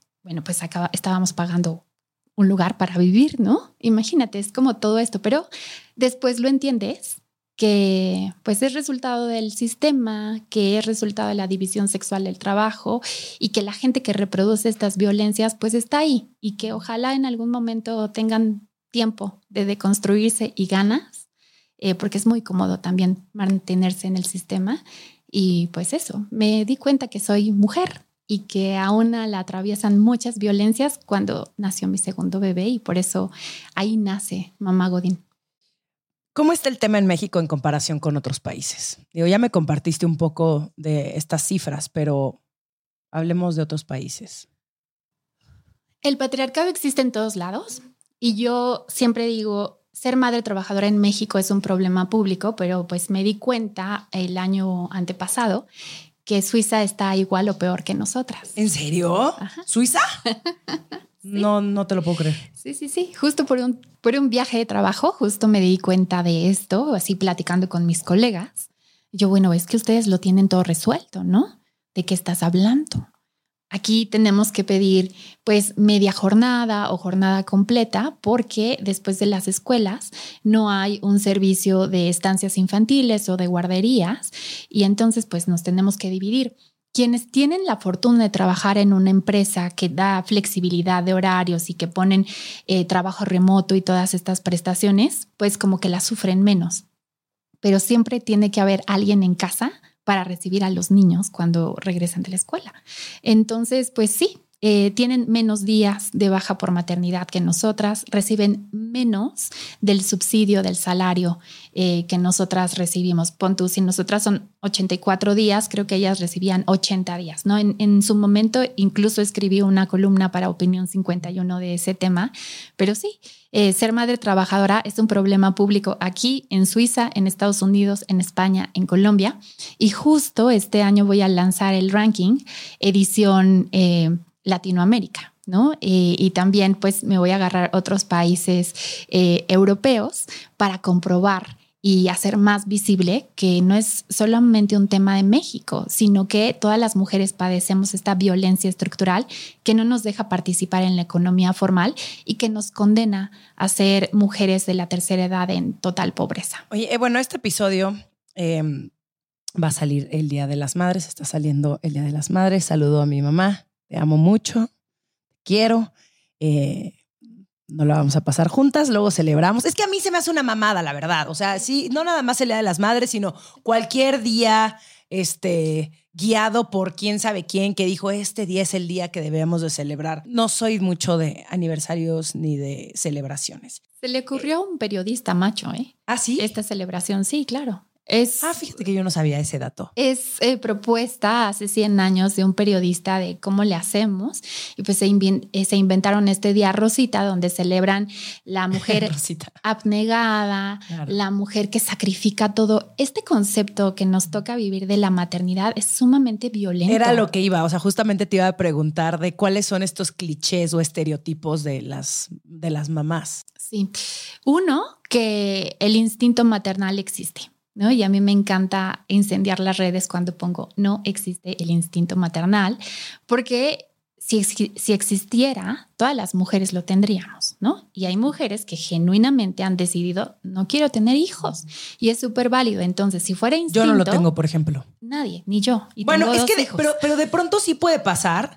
Speaker 3: pagando un lugar para vivir, ¿no? Imagínate, es como todo esto, pero después lo entiendes que pues es resultado del sistema, que es resultado de la división sexual del trabajo y que la gente que reproduce estas violencias pues está ahí y que ojalá en algún momento tengan tiempo de deconstruirse y ganas, porque es muy cómodo también mantenerse en el sistema. Y pues eso, me di cuenta que soy mujer y que a una la atraviesan muchas violencias cuando nació mi segundo bebé y por eso ahí nace Mamá Godín.
Speaker 1: ¿Cómo está el tema en México en comparación con otros países? Digo, ya me compartiste un poco de estas cifras, pero hablemos de otros países.
Speaker 3: El patriarcado existe en todos lados y yo siempre digo, ser madre trabajadora en México es un problema público, pero pues me di cuenta el año antepasado que Suiza está igual o peor que nosotras.
Speaker 1: ¿En serio? Ajá. ¿Suiza? Sí. No te lo puedo creer.
Speaker 3: Sí. Justo por un viaje de trabajo, justo me di cuenta de esto, así platicando con mis colegas. Yo, bueno, es que ustedes lo tienen todo resuelto, ¿no? ¿De qué estás hablando? Aquí tenemos que pedir pues media jornada o jornada completa porque después de las escuelas no hay un servicio de estancias infantiles o de guarderías y entonces pues nos tenemos que dividir. quienes tienen la fortuna de trabajar en una empresa que da flexibilidad de horarios y que ponen trabajo remoto y todas estas prestaciones, pues como que la sufren menos. Pero siempre tiene que haber alguien en casa para recibir a los niños cuando regresan de la escuela. Entonces, pues sí, tienen menos días de baja por maternidad que nosotras, reciben menos del subsidio del salario que nosotras recibimos. Pon tú, si nosotras son 84 días, creo que ellas recibían 80 días, ¿no? En su momento incluso escribí una columna para Opinión 51 de ese tema, pero sí, ser madre trabajadora es un problema público aquí en Suiza, en Estados Unidos, en España, en Colombia, y justo este año voy a lanzar el ranking edición Latinoamérica, ¿no? Y también pues me voy a agarrar otros países europeos para comprobar y hacer más visible que no es solamente un tema de México, sino que todas las mujeres padecemos esta violencia estructural que no nos deja participar en la economía formal y que nos condena a ser mujeres de la tercera edad en total pobreza.
Speaker 1: Oye, bueno, este episodio va a salir el Día de las Madres, está saliendo el Día de las Madres. Saludo a mi mamá. Te amo mucho, te quiero, no la vamos a pasar juntas, luego celebramos. Es que a mí se me hace una mamada, la verdad. O sea, sí, no nada más el Día de las Madres, sino cualquier día guiado por quién sabe quién que dijo este día es el día que debemos de celebrar. No soy mucho de aniversarios ni de celebraciones.
Speaker 3: Se le ocurrió a un periodista macho, ¿eh?
Speaker 1: ¿Ah, sí?
Speaker 3: Esta celebración, sí, claro.
Speaker 1: Fíjate que yo no sabía ese dato.
Speaker 3: Es propuesta hace 100 años de un periodista de cómo le hacemos y pues se inventaron este día Rosita, donde celebran la mujer abnegada, claro, la mujer que sacrifica todo. Este concepto que nos toca vivir de la maternidad es sumamente violento.
Speaker 1: Era lo que iba, o sea, justamente te iba a preguntar de cuáles son estos clichés o estereotipos de las mamás.
Speaker 3: Sí, uno, que el instinto maternal existe, ¿no? Y a mí me encanta incendiar las redes cuando pongo no existe el instinto maternal, porque si existiera, todas las mujeres lo tendríamos, ¿no? Y hay mujeres que genuinamente han decidido no quiero tener hijos y es súper válido. Entonces, si fuera instinto...
Speaker 1: Yo no lo tengo, por ejemplo.
Speaker 3: Nadie, ni yo. Y
Speaker 1: bueno, es que pero de pronto sí puede pasar,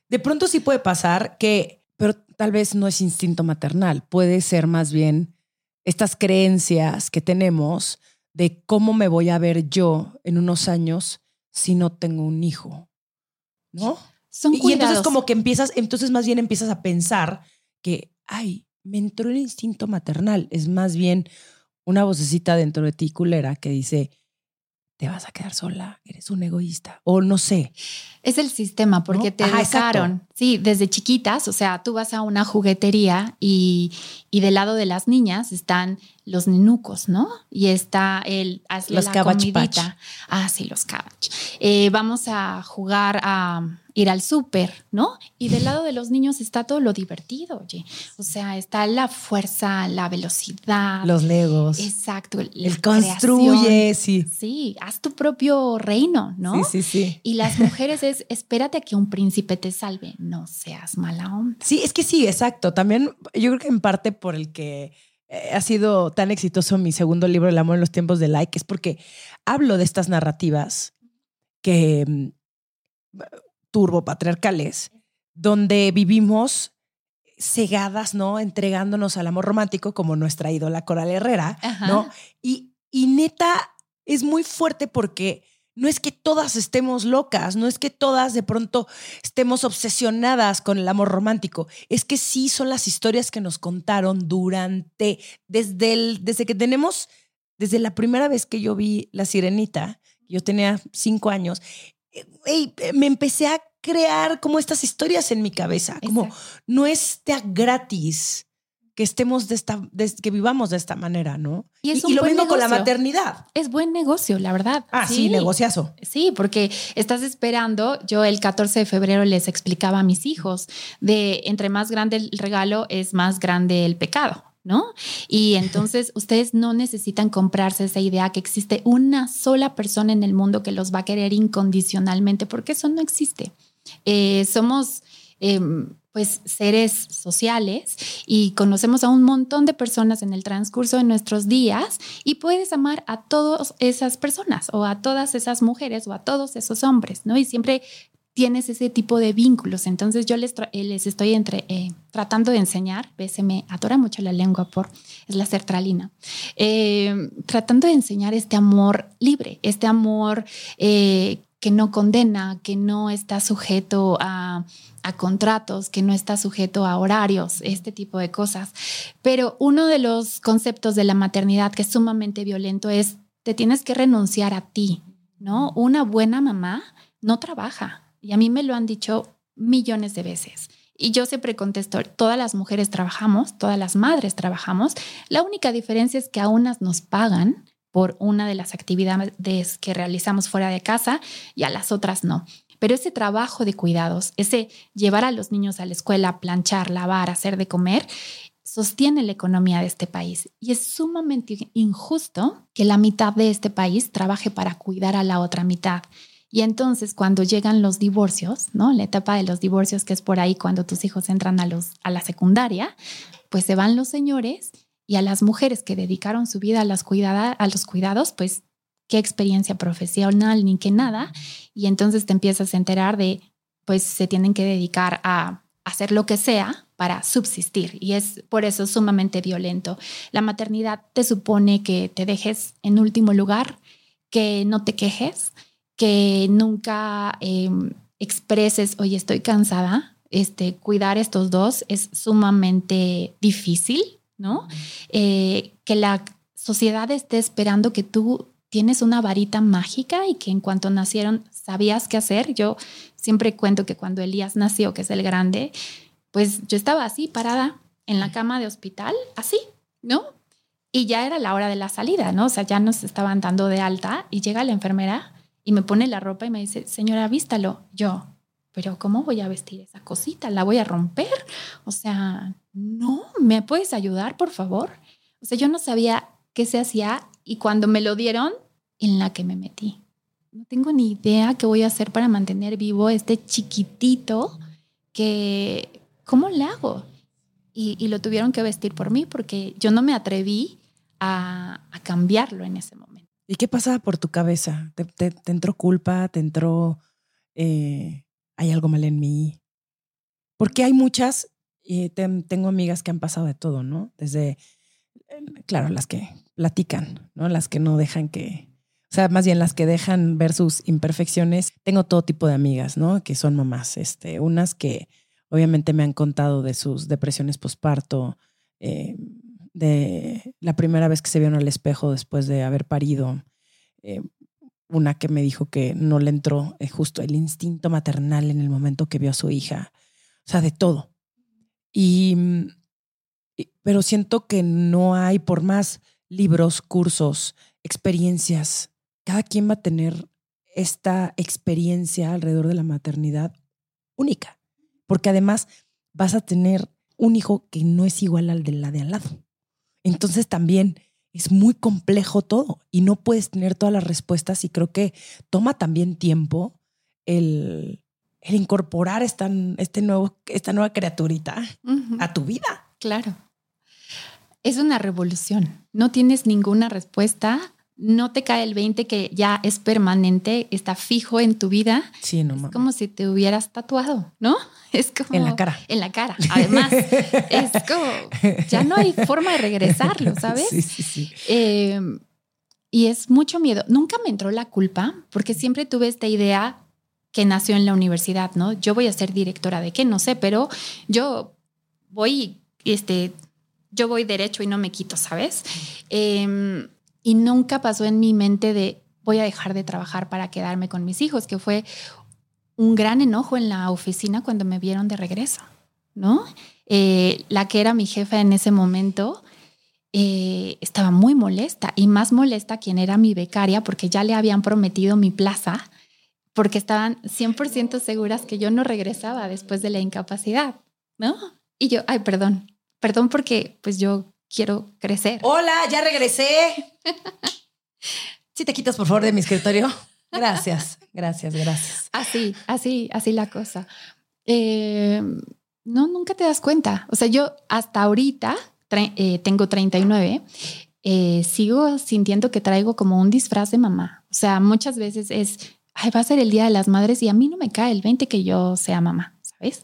Speaker 1: pero tal vez no es instinto maternal, puede ser más bien estas creencias que tenemos de cómo me voy a ver yo en unos años si no tengo un hijo, ¿no?
Speaker 3: Son cuidados.
Speaker 1: Y entonces como que entonces más bien empiezas a pensar que, me entró el instinto maternal. Es más bien una vocecita dentro de ti culera que dice, te vas a quedar sola, eres un egoísta, o no sé.
Speaker 3: Es el sistema, porque ¿no? Te educaron. Exacto. Sí, desde chiquitas, o sea, tú vas a una juguetería y del lado de las niñas están los nenucos, ¿no? Y está hazle
Speaker 1: los
Speaker 3: la
Speaker 1: Cabbage
Speaker 3: comidita.
Speaker 1: Patch.
Speaker 3: Sí, los Cabbage. Vamos a jugar a ir al súper, ¿no? Y del lado de los niños está todo lo divertido, oye. O sea, está la fuerza, la velocidad.
Speaker 1: Los Legos.
Speaker 3: Exacto.
Speaker 1: El construye, sí.
Speaker 3: Sí, haz tu propio reino, ¿no?
Speaker 1: Sí.
Speaker 3: Y las mujeres espérate a que un príncipe te salve. No seas mala onda.
Speaker 1: Sí, es que sí, exacto. También yo creo que en parte por el que ha sido tan exitoso mi segundo libro, El amor en los tiempos de like, es porque hablo de estas narrativas que turbopatriarcales, donde vivimos cegadas, ¿no? Entregándonos al amor romántico como nuestra ídola Coral Herrera, ajá, ¿no? Y neta, es muy fuerte porque no es que todas estemos locas, no es que todas de pronto estemos obsesionadas con el amor romántico, es que sí son las historias que nos contaron desde la primera vez que yo vi La Sirenita, yo tenía 5 años, me empecé a crear como estas historias en mi cabeza, como exacto, no es gratis que estemos que vivamos de esta manera, ¿no? Y lo mismo con la maternidad.
Speaker 3: Es buen negocio, la verdad.
Speaker 1: Sí, negociazo.
Speaker 3: Sí, porque estás esperando, yo el 14 de febrero les explicaba a mis hijos entre más grande el regalo es más grande el pecado, ¿no? Y entonces ustedes no necesitan comprarse esa idea que existe una sola persona en el mundo que los va a querer incondicionalmente, porque eso no existe. Somos pues seres sociales y conocemos a un montón de personas en el transcurso de nuestros días y puedes amar a todas esas personas o a todas esas mujeres o a todos esos hombres, ¿no? Y siempre tienes ese tipo de vínculos. Entonces yo les estoy tratando de enseñar, se me atora mucho la lengua es la sertralina, tratando de enseñar este amor libre, este amor que no condena, que no está sujeto a contratos, que no está sujeto a horarios, este tipo de cosas. Pero uno de los conceptos de la maternidad que es sumamente violento es te tienes que renunciar a ti, ¿no? Una buena mamá no trabaja. Y a mí me lo han dicho millones de veces. Y yo siempre contesto, todas las mujeres trabajamos, todas las madres trabajamos. La única diferencia es que a unas nos pagan por una de las actividades que realizamos fuera de casa y a las otras no. Pero ese trabajo de cuidados, ese llevar a los niños a la escuela, planchar, lavar, hacer de comer, sostiene la economía de este país. Y es sumamente injusto que la mitad de este país trabaje para cuidar a la otra mitad. Y entonces cuando llegan los divorcios, ¿no? La etapa de los divorcios, que es por ahí cuando tus hijos entran a la secundaria, pues se van los señores y a las mujeres que dedicaron su vida a los cuidados, pues qué experiencia profesional ni qué nada. Y entonces te empiezas a enterar de, pues se tienen que dedicar a hacer lo que sea para subsistir. Y es por eso sumamente violento. La maternidad te supone que te dejes en último lugar, que no te quejes, que nunca expreses, oye, estoy cansada. Cuidar estos dos es sumamente difícil, ¿no? Que la sociedad esté esperando que tú tienes una varita mágica y que en cuanto nacieron sabías qué hacer. Yo siempre cuento que cuando Elías nació, que es el grande, pues yo estaba así parada en la cama de hospital, así, ¿no? Y ya era la hora de la salida, ¿no? O sea, ya nos estaban dando de alta y llega la enfermera y me pone la ropa y me dice, señora, vístalo. Yo, pero ¿cómo voy a vestir esa cosita? ¿La voy a romper? O sea, no, ¿me puedes ayudar, por favor? O sea, yo no sabía qué se hacía y cuando me lo dieron, en la que me metí. No tengo ni idea qué voy a hacer para mantener vivo este chiquitito que, ¿cómo le hago? Y lo tuvieron que vestir por mí porque yo no me atreví a cambiarlo en ese momento.
Speaker 1: ¿Y qué pasaba por tu cabeza? ¿Te entró culpa? ¿Te entró hay algo mal en mí? Porque hay muchas, tengo amigas que han pasado de todo, ¿no? Desde, claro, las que platican, ¿no? Las que no dejan que, o sea, más bien las que dejan ver sus imperfecciones. Tengo todo tipo de amigas, ¿no? Que son mamás, unas que obviamente me han contado de sus depresiones posparto, de la primera vez que se vieron al espejo después de haber parido, una que me dijo que no le entró justo el instinto maternal en el momento que vio a su hija, o sea, de todo. Pero siento que no hay, por más libros, cursos, experiencias, cada quien va a tener esta experiencia alrededor de la maternidad única, porque además vas a tener un hijo que no es igual al de la de al lado. Entonces también es muy complejo todo y no puedes tener todas las respuestas y creo que toma también tiempo el incorporar esta nueva criaturita a tu vida.
Speaker 3: Claro. Es una revolución. No tienes ninguna respuesta. No te cae el 20 que ya es permanente, está fijo en tu vida.
Speaker 1: Sí, no mames.
Speaker 3: Es como si te hubieras tatuado, ¿no? Es como
Speaker 1: en la cara.
Speaker 3: En la cara. Además, es como ya no hay forma de regresarlo, ¿sabes?
Speaker 1: Sí.
Speaker 3: Y es mucho miedo. Nunca me entró la culpa porque siempre tuve esta idea que nació en la universidad, ¿no? Yo voy a ser directora de qué, no sé, pero yo voy derecho y no me quito, ¿sabes? Y nunca pasó en mi mente de voy a dejar de trabajar para quedarme con mis hijos, que fue un gran enojo en la oficina cuando me vieron de regreso, ¿no? La que era mi jefa en ese momento estaba muy molesta y más molesta quien era mi becaria porque ya le habían prometido mi plaza porque estaban 100% seguras que yo no regresaba después de la incapacidad, ¿no? Y yo, ay, perdón porque pues yo quiero crecer.
Speaker 1: Hola, ya regresé. ¿Sí te quitas, por favor, de mi escritorio? Gracias.
Speaker 3: Así la cosa. No, nunca te das cuenta. O sea, yo hasta ahorita tengo 39, sigo sintiendo que traigo como un disfraz de mamá. O sea, muchas veces va a ser el Día de las Madres y a mí no me cae el 20 que yo sea mamá, ¿sabes?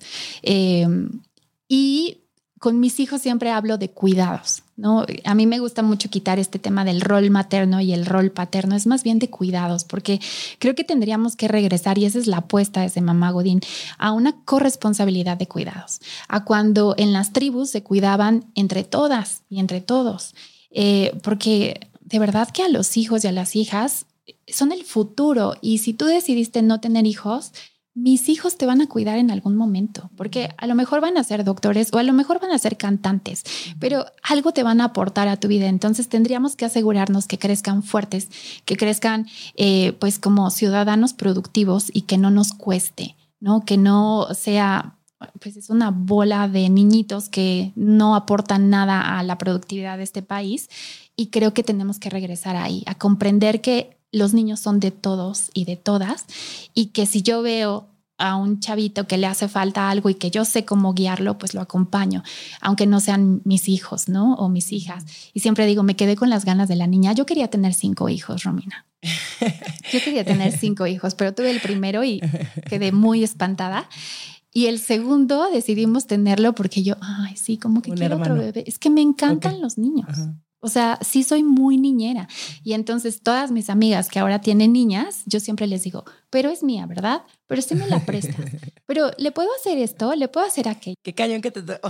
Speaker 3: Y con mis hijos siempre hablo de cuidados, ¿no? A mí me gusta mucho quitar este tema del rol materno y el rol paterno. Es más bien de cuidados, porque creo que tendríamos que regresar, y esa es la apuesta desde Mamá Godín, a una corresponsabilidad de cuidados, a cuando en las tribus se cuidaban entre todas y entre todos, porque de verdad que a los hijos y a las hijas son el futuro, y si tú decidiste no tener hijos, mis hijos te van a cuidar en algún momento, porque a lo mejor van a ser doctores o a lo mejor van a ser cantantes, pero algo te van a aportar a tu vida. Entonces tendríamos que asegurarnos que crezcan fuertes, que crezcan pues como ciudadanos productivos y que no nos cueste, ¿no? Que no sea, pues es una bola de niñitos que no aportan nada a la productividad de este país. Y creo que tenemos que regresar ahí, a comprender que los niños son de todos y de todas, y que si yo veo a un chavito que le hace falta algo y que yo sé cómo guiarlo, pues lo acompaño, aunque no sean mis hijos, ¿no? O mis hijas. Y siempre digo, me quedé con las ganas de la niña. Yo quería tener 5 hijos, Romina. Yo quería tener 5 hijos, pero tuve el primero y quedé muy espantada. Y el segundo decidimos tenerlo porque yo, sí, como que quiero otro bebé. Es que me encantan los niños. Ajá. O sea, sí soy muy niñera. Y entonces todas mis amigas que ahora tienen niñas, yo siempre les digo, pero es mía, ¿verdad? Pero sí me la prestas. Pero ¿le puedo hacer esto? ¿Le puedo hacer aquello?
Speaker 1: Qué cañón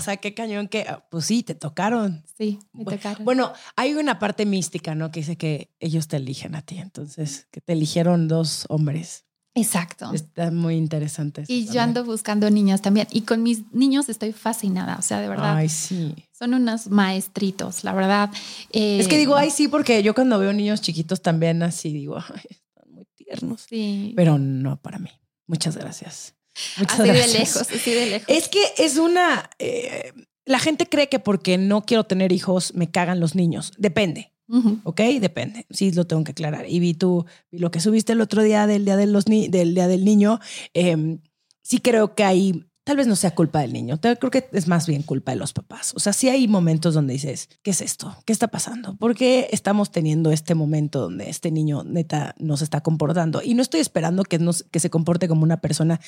Speaker 1: pues sí, te tocaron.
Speaker 3: Sí, me tocaron.
Speaker 1: Bueno, hay una parte mística, ¿no? Que dice que ellos te eligen a ti. Entonces, que te eligieron 2 hombres.
Speaker 3: Exacto.
Speaker 1: Está muy interesante.
Speaker 3: Y yo ando buscando niñas también. Y con mis niños estoy fascinada. O sea, de verdad.
Speaker 1: Ay, sí.
Speaker 3: Son unos maestritos, la verdad.
Speaker 1: Es que digo, sí, porque yo cuando veo niños chiquitos también así digo, están muy tiernos.
Speaker 3: Sí.
Speaker 1: Pero no para mí. Muchas gracias. Muchas
Speaker 3: así
Speaker 1: gracias.
Speaker 3: Así de lejos.
Speaker 1: Es que es una... la gente cree que porque no quiero tener hijos me cagan los niños. Depende. Uh-huh. ¿Ok? Depende. Sí, lo tengo que aclarar. Y vi lo que subiste el otro día del Día del Niño. Sí creo que ahí tal vez no sea culpa del niño. Creo que es más bien culpa de los papás. O sea, sí hay momentos donde dices, ¿qué es esto? ¿Qué está pasando? ¿Por qué estamos teniendo este momento donde este niño neta nos está comportando? Y no estoy esperando que se comporte como una persona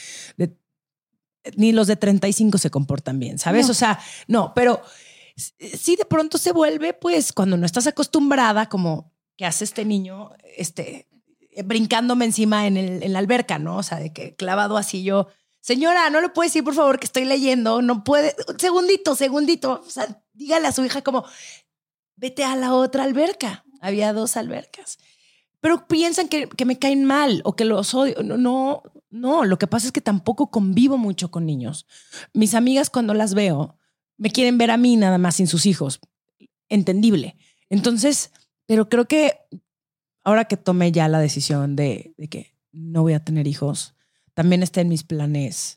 Speaker 1: ni los de 35 se comportan bien, ¿sabes? No. O sea, no, pero... Sí, de pronto se vuelve, pues, cuando no estás acostumbrada, como que hace este niño, brincándome encima en la alberca, ¿no? O sea, de que clavado así yo, señora, ¿no le puede decir, por favor, que estoy leyendo? No puede, segundito. O sea, dígale a su hija como, vete a la otra alberca. Había 2 albercas. Pero piensan que me caen mal o que los odio. No, lo que pasa es que tampoco convivo mucho con niños. Mis amigas, cuando las veo, me quieren ver a mí nada más sin sus hijos. Entendible. Entonces, pero creo que ahora que tomé ya la decisión de que no voy a tener hijos, también está en mis planes,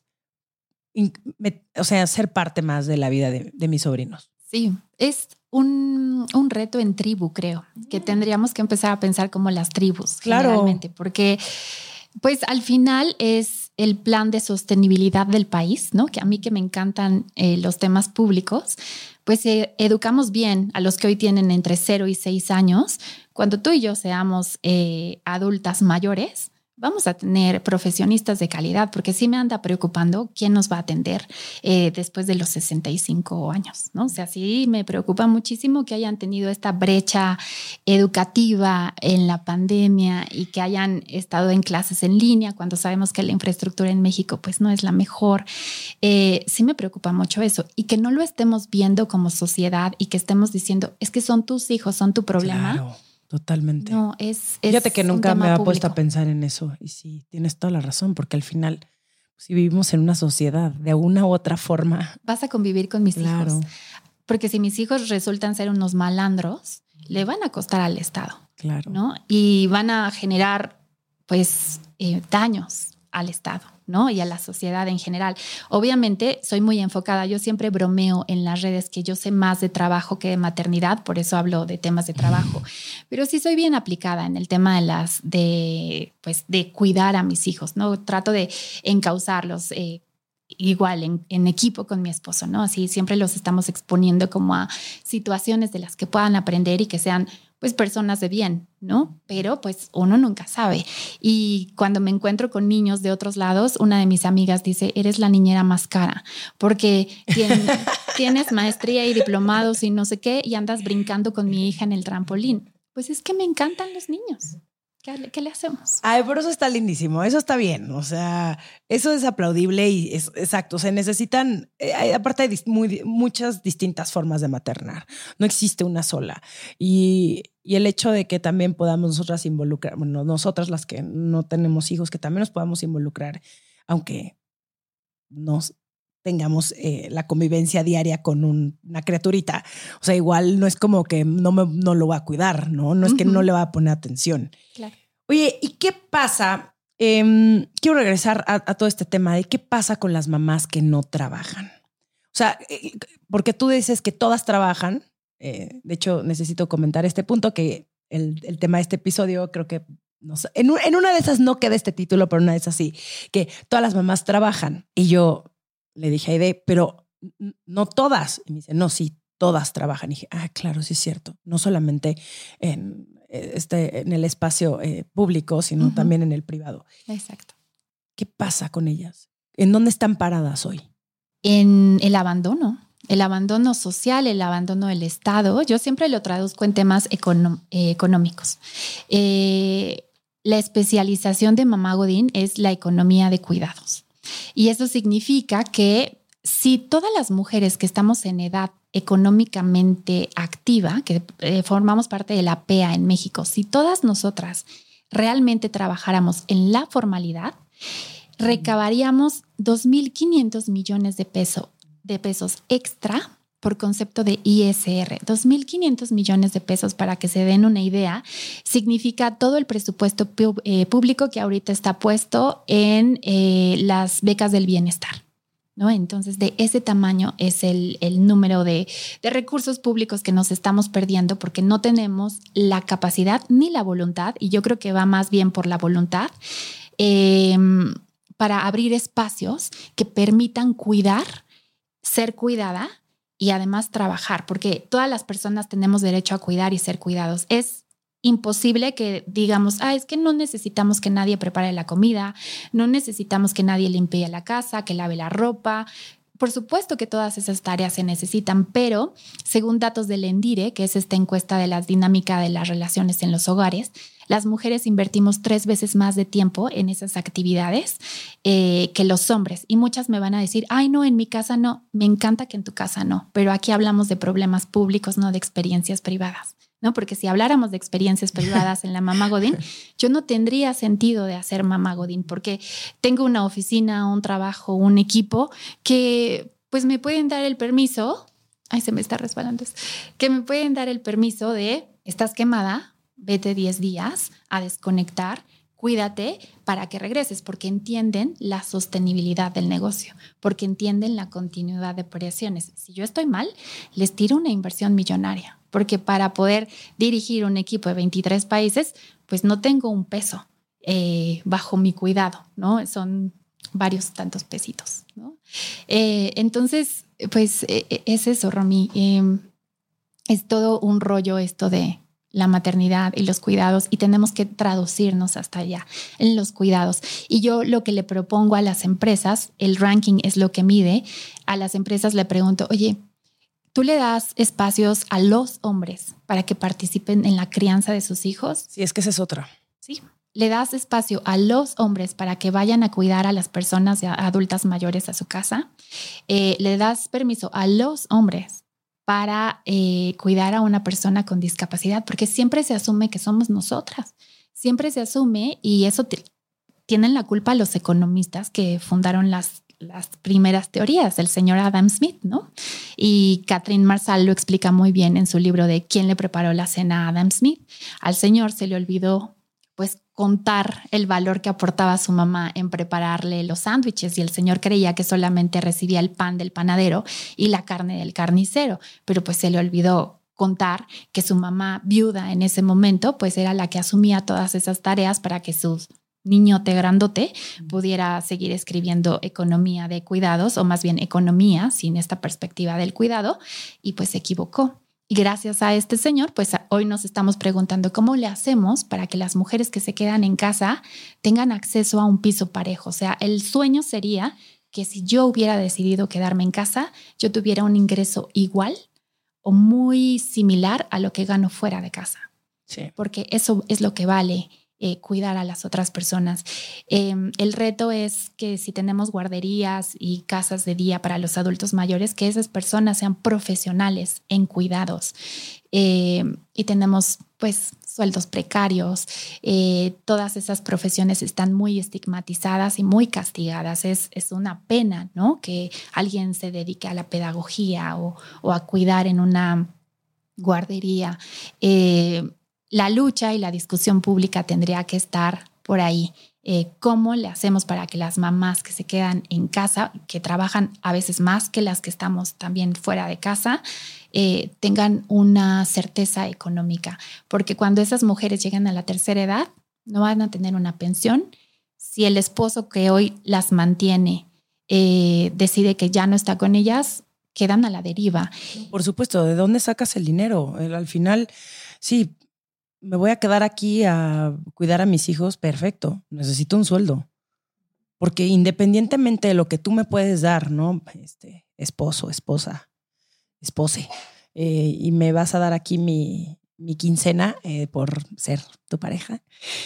Speaker 1: ser parte más de la vida de mis sobrinos.
Speaker 3: Sí, es un reto en tribu, creo, que tendríamos que empezar a pensar como las tribus, claro. Generalmente, porque pues al final es el plan de sostenibilidad del país, ¿no? Que a mí que me encantan los temas públicos, pues educamos bien a los que hoy tienen entre 0 y 6 años. Cuando tú y yo seamos adultas mayores, vamos a tener profesionistas de calidad, porque sí me anda preocupando quién nos va a atender después de los 65 años, ¿no? O sea, sí me preocupa muchísimo que hayan tenido esta brecha educativa en la pandemia y que hayan estado en clases en línea cuando sabemos que la infraestructura en México pues no es la mejor. Sí me preocupa mucho eso, y que no lo estemos viendo como sociedad y que estemos diciendo, es que son tus hijos, son tu problema.
Speaker 1: Claro. Totalmente.
Speaker 3: No, es
Speaker 1: Fíjate que nunca me había puesto
Speaker 3: público.
Speaker 1: a pensar en eso. Y sí, tienes toda la razón, porque al final, si vivimos en una sociedad de una u otra forma.
Speaker 3: Vas a convivir con mis hijos. Porque si mis hijos resultan ser unos malandros, le van a costar al Estado.
Speaker 1: Claro.
Speaker 3: ¿No? Y van a generar, pues, daños al Estado, ¿no? Y a la sociedad en general. Obviamente soy muy enfocada. Yo siempre bromeo en las redes que yo sé más de trabajo que de maternidad, por eso hablo de temas de trabajo. Pero sí soy bien aplicada en el tema de cuidar a mis hijos, ¿no? Trato de encauzarlos. igual en equipo con mi esposo, ¿no? Así siempre los estamos exponiendo como a situaciones de las que puedan aprender y que sean pues personas de bien, ¿no? Pero pues uno nunca sabe. Y cuando me encuentro con niños de otros lados, una de mis amigas dice, eres la niñera más cara porque tienes maestría y diplomados y no sé qué y andas brincando con mi hija en el trampolín. Pues es que me encantan los niños. ¿Qué le hacemos?
Speaker 1: Ay, pero eso está lindísimo, eso está bien, o sea, eso es aplaudible y es exacto, se necesitan, aparte hay muchas distintas formas de maternar, no existe una sola y el hecho de que también podamos nosotras involucrar, bueno, nosotras las que no tenemos hijos, que también nos podamos involucrar, aunque nos tengamos la convivencia diaria con una criaturita, o sea, igual no es como que no lo va a cuidar, no es que no le va a poner atención.
Speaker 3: Claro.
Speaker 1: Oye, ¿y qué pasa? Quiero regresar a todo este tema de qué pasa con las mamás que no trabajan. O sea, porque tú dices que todas trabajan. De hecho, necesito comentar este punto, que el tema de este episodio creo que no sé, en una de esas no queda este título, pero en una de esas sí, que todas las mamás trabajan. Y yo le dije a Aide, pero no todas. Y me dice, no, sí, todas trabajan. Y dije, claro, sí es cierto. No solamente en el espacio público, sino también en el privado.
Speaker 3: Exacto.
Speaker 1: ¿Qué pasa con ellas? ¿En dónde están paradas hoy?
Speaker 3: En el abandono social, el abandono del Estado. Yo siempre lo traduzco en temas económicos. La especialización de Mamá Godín es la economía de cuidados. Y eso significa que si todas las mujeres que estamos en edad económicamente activa, que formamos parte de la PEA en México, si todas nosotras realmente trabajáramos en la formalidad, recabaríamos 2.500 millones de pesos extra por concepto de ISR. 2.500 millones de pesos, para que se den una idea, significa todo el presupuesto público que ahorita está puesto en las becas del bienestar, ¿no? Entonces, de ese tamaño es el número de recursos públicos que nos estamos perdiendo porque no tenemos la capacidad ni la voluntad, y yo creo que va más bien por la voluntad, para abrir espacios que permitan cuidar, ser cuidada y además trabajar, porque todas las personas tenemos derecho a cuidar y ser cuidados. Es imposible que digamos, es que no necesitamos que nadie prepare la comida, no necesitamos que nadie limpie la casa, que lave la ropa. Por supuesto que todas esas tareas se necesitan, pero según datos del ENDIRE, que es esta encuesta de la dinámica de las relaciones en los hogares, las mujeres invertimos 3 veces más de tiempo en esas actividades que los hombres. Y muchas me van a decir, no, en mi casa no. Me encanta que en tu casa no, pero aquí hablamos de problemas públicos, no de experiencias privadas, ¿no? Porque si habláramos de experiencias privadas en la Mamá Godín, yo no tendría sentido de hacer Mamá Godín, porque tengo una oficina, un trabajo, un equipo que pues me pueden dar el permiso, se me está resbalando, que me pueden dar el permiso de, estás quemada, vete 10 días a desconectar, cuídate para que regreses, porque entienden la sostenibilidad del negocio, porque entienden la continuidad de operaciones. Si yo estoy mal, les tiro una inversión millonaria, porque para poder dirigir un equipo de 23 países, pues no tengo un peso bajo mi cuidado, ¿no? Son varios tantos pesitos, ¿no? Entonces, pues es eso, Romy. Es todo un rollo esto de la maternidad y los cuidados, y tenemos que traducirnos hasta allá en los cuidados. Y yo lo que le propongo a las empresas, el ranking es lo que mide, a las empresas le pregunto, oye, ¿tú le das espacios a los hombres para que participen en la crianza de sus hijos?
Speaker 1: Sí, es que esa es otra.
Speaker 3: Sí. ¿Le das espacio a los hombres para que vayan a cuidar a las personas adultas mayores a su casa? ¿Le das permiso a los hombres para cuidar a una persona con discapacidad? Porque siempre se asume que somos nosotras. Siempre se asume, y eso tienen la culpa los economistas que fundaron las primeras teorías, el señor Adam Smith, ¿no? Y Catherine Marsal lo explica muy bien en su libro de ¿Quién le preparó la cena a Adam Smith? Al señor se le olvidó pues contar el valor que aportaba su mamá en prepararle los sándwiches, y el señor creía que solamente recibía el pan del panadero y la carne del carnicero, pero pues se le olvidó contar que su mamá viuda en ese momento pues era la que asumía todas esas tareas para que sus niñote grandote, pudiera seguir escribiendo economía de cuidados, o más bien economía sin esta perspectiva del cuidado, y pues se equivocó. Y gracias a este señor, pues hoy nos estamos preguntando cómo le hacemos para que las mujeres que se quedan en casa tengan acceso a un piso parejo. O sea, el sueño sería que si yo hubiera decidido quedarme en casa, yo tuviera un ingreso igual o muy similar a lo que gano fuera de casa.
Speaker 1: Sí.
Speaker 3: Porque eso es lo que vale. Cuidar a las otras personas. El reto es que si tenemos guarderías y casas de día para los adultos mayores, que esas personas sean profesionales en cuidados. Y tenemos pues sueldos precarios. Todas esas profesiones están muy estigmatizadas y muy castigadas. Es una pena, ¿no? Que alguien se dedique a la pedagogía o a cuidar en una guardería. La lucha y la discusión pública tendría que estar por ahí. ¿Cómo le hacemos para que las mamás que se quedan en casa, que trabajan a veces más que las que estamos también fuera de casa, tengan una certeza económica? Porque cuando esas mujeres llegan a la tercera edad, no van a tener una pensión. Si el esposo que hoy las mantiene decide que ya no está con ellas, quedan a la deriva.
Speaker 1: Por supuesto, ¿de dónde sacas el dinero? Al final, sí, me voy a quedar aquí a cuidar a mis hijos, perfecto, necesito un sueldo. Porque independientemente de lo que tú me puedes dar, ¿no? Esposo, esposa, espose, y me vas a dar aquí mi quincena por ser tu pareja,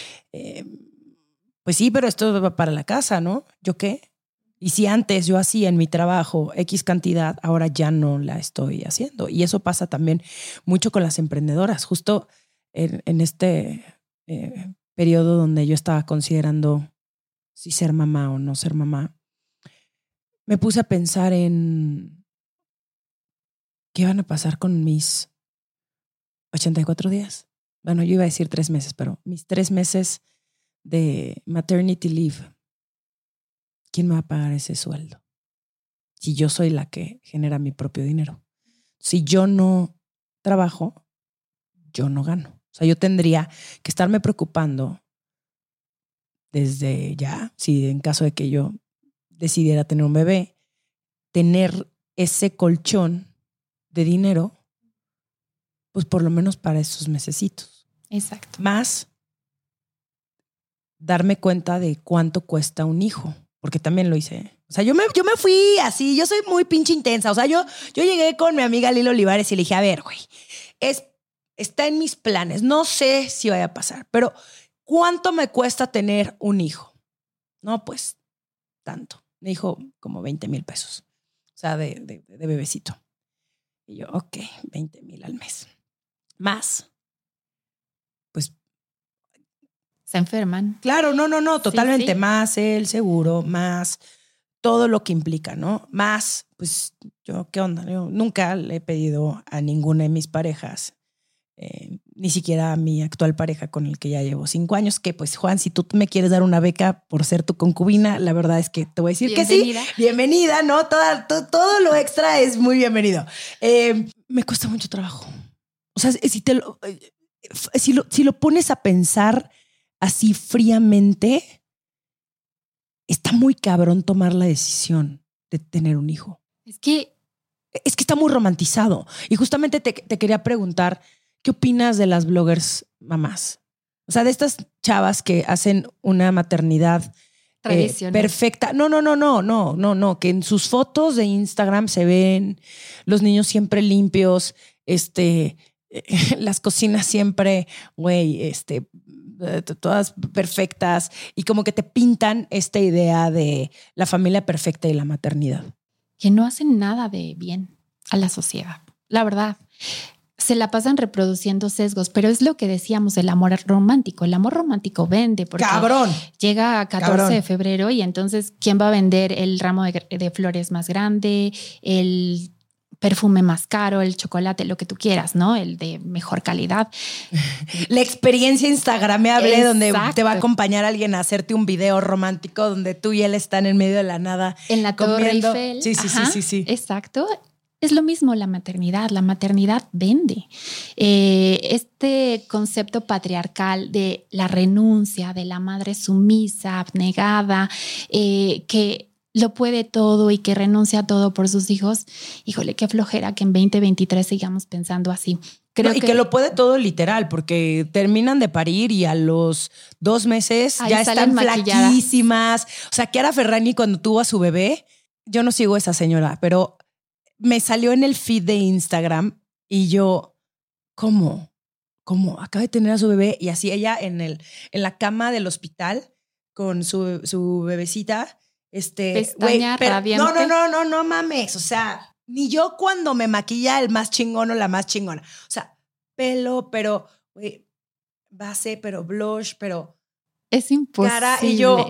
Speaker 1: pues sí, pero esto va para la casa, ¿no? ¿Yo qué? Y si antes yo hacía en mi trabajo X cantidad, ahora ya no la estoy haciendo. Y eso pasa también mucho con las emprendedoras. Justo en este periodo donde yo estaba considerando si ser mamá o no ser mamá, me puse a pensar en qué van a pasar con mis 84 días. Bueno, yo iba a decir 3 meses, pero mis 3 meses de maternity leave. ¿Quién me va a pagar ese sueldo? Si yo soy la que genera mi propio dinero. Si yo no trabajo, yo no gano. O sea, yo tendría que estarme preocupando desde ya, si en caso de que yo decidiera tener un bebé, tener ese colchón de dinero, pues por lo menos para esos mesecitos.
Speaker 3: Exacto.
Speaker 1: Más darme cuenta de cuánto cuesta un hijo, porque también lo hice. O sea, yo me fui así, yo soy muy pinche intensa. O sea, yo llegué con mi amiga Lila Olivares y le dije, a ver, güey, está en mis planes. No sé si vaya a pasar, pero ¿cuánto me cuesta tener un hijo? No, pues tanto. Me dijo como 20,000 pesos. O sea, de bebecito. Y yo, ok, 20,000 al mes. Más, pues.
Speaker 3: Se enferman.
Speaker 1: Claro, no, totalmente.
Speaker 3: Sí.
Speaker 1: Más el seguro, más todo lo que implica, ¿no? Más, pues yo, ¿qué onda? Yo nunca le he pedido a ninguna de mis parejas, ni siquiera a mi actual pareja con el que ya llevo 5 años, que pues Juan, si tú me quieres dar una beca por ser tu concubina, la verdad es que te voy a decir
Speaker 3: bienvenida.
Speaker 1: Que sí. Bienvenida, ¿no? Todo lo extra es muy bienvenido. Me cuesta mucho trabajo. O sea, si lo pones a pensar así fríamente, está muy cabrón tomar la decisión de tener un hijo.
Speaker 3: Es que
Speaker 1: está muy romantizado. Y justamente te quería preguntar, ¿qué opinas de las bloggers mamás? O sea, de estas chavas que hacen una maternidad perfecta. No, que en sus fotos de Instagram se ven los niños siempre limpios, las cocinas siempre, güey, todas perfectas, y como que te pintan esta idea de la familia perfecta y la maternidad.
Speaker 3: Que no hacen nada de bien a la sociedad, la verdad. Se la pasan reproduciendo sesgos, pero es lo que decíamos del amor romántico. El amor romántico vende porque
Speaker 1: ¡cabrón!
Speaker 3: Llega a 14 de febrero y entonces ¿quién va a vender el ramo de flores más grande, el perfume más caro, el chocolate, lo que tú quieras, ¿no? El de mejor calidad.
Speaker 1: La experiencia instagramable.
Speaker 3: Exacto.
Speaker 1: Donde te va a acompañar alguien a hacerte un video romántico donde tú y él están en medio de la nada
Speaker 3: en la
Speaker 1: comiendo.
Speaker 3: Torre Eiffel.
Speaker 1: Sí.
Speaker 3: Exacto. Es lo mismo la maternidad vende. Este concepto patriarcal de la renuncia, de la madre sumisa, abnegada, que lo puede todo y que renuncia a todo por sus hijos, híjole, qué flojera que en 2023 sigamos pensando así.
Speaker 1: Creo que lo puede todo literal, porque terminan de parir y a los 2 meses ya están flaquísimas. O sea, Chiara Ferragni cuando tuvo a su bebé, yo no sigo a esa señora, pero me salió en el feed de Instagram y yo, ¿cómo? Acaba de tener a su bebé y así ella en la cama del hospital con su bebecita.
Speaker 3: Pestaña radiante.
Speaker 1: No mames. O sea, ni yo cuando me maquilla el más chingón o la más chingona. O sea, pelo, pero base, pero blush, pero
Speaker 3: es imposible.
Speaker 1: Cara, y yo,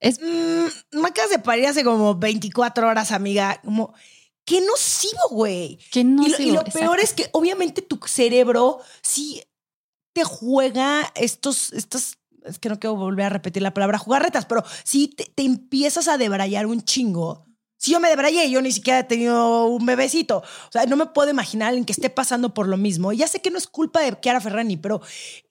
Speaker 1: me acabas de parir hace como 24 horas, amiga. Como, qué nocivo, güey.
Speaker 3: Qué nocivo.
Speaker 1: Y lo peor es que obviamente tu cerebro sí te juega estas, es que no quiero volver a repetir la palabra jugarretas, pero sí te empiezas a debrayar un chingo. Si yo me debrayé, yo ni siquiera he tenido un bebecito. O sea, no me puedo imaginar a alguien que esté pasando por lo mismo. Ya sé que no es culpa de Chiara Ferragni, pero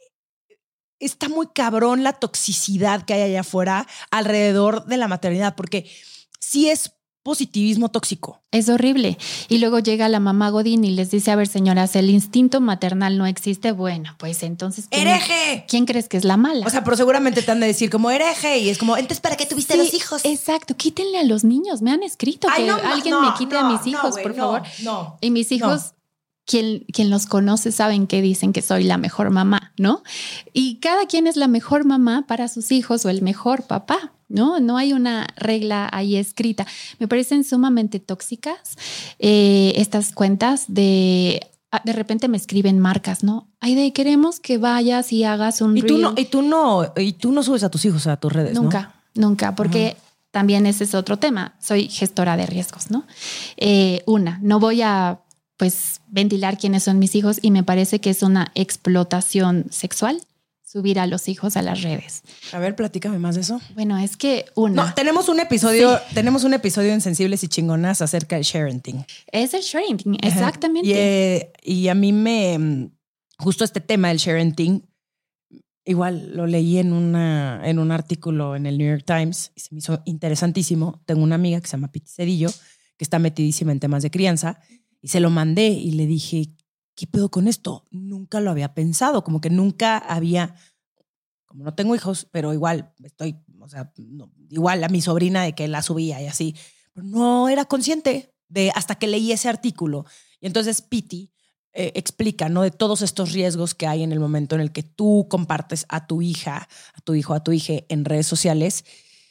Speaker 1: está muy cabrón la toxicidad que hay allá afuera alrededor de la maternidad, porque sí es positivismo tóxico.
Speaker 3: Es horrible. Y luego llega la mamá Godín y les dice, a ver, señoras, el instinto maternal no existe. Bueno, pues entonces...
Speaker 1: ¡Hereje!
Speaker 3: ¿Quién crees que es la mala?
Speaker 1: O sea, pero seguramente te han de decir como hereje y es como, entonces, ¿para qué tuviste los hijos?
Speaker 3: Exacto. Quítenle a los niños. Me han escrito que alguien me quite a mis hijos, por favor.
Speaker 1: No.
Speaker 3: Y mis hijos... Quien los conoce saben que dicen que soy la mejor mamá, ¿no? Y cada quien es la mejor mamá para sus hijos o el mejor papá, ¿no? No hay una regla ahí escrita. Me parecen sumamente tóxicas estas cuentas de repente me escriben marcas, ¿no? Ay, queremos que vayas y hagas un reel.
Speaker 1: Y tú no subes a tus hijos a tus redes,
Speaker 3: Nunca, porque también ese es otro tema. Soy gestora de riesgos, ¿no? No voy a ventilar quiénes son mis hijos y me parece que es una explotación sexual subir a los hijos a las redes.
Speaker 1: A ver, platícame más de eso.
Speaker 3: Bueno, es que
Speaker 1: tenemos un episodio en Sensibles y Chingonas acerca del sharenting.
Speaker 3: Es el sharenting, exactamente.
Speaker 1: Y a mí justo este tema del sharenting, igual lo leí en un artículo en el New York Times y se me hizo interesantísimo. Tengo una amiga que se llama Piti Cedillo, que está metidísima en temas de crianza. Y se lo mandé y le dije, ¿qué pedo con esto? Nunca lo había pensado, como que nunca había, como no tengo hijos, pero igual igual a mi sobrina de que la subía y así, pero no era consciente hasta que leí ese artículo. Y entonces Piti explica, ¿no? De todos estos riesgos que hay en el momento en el que tú compartes a tu hija, a tu hijo, a tu hija en redes sociales.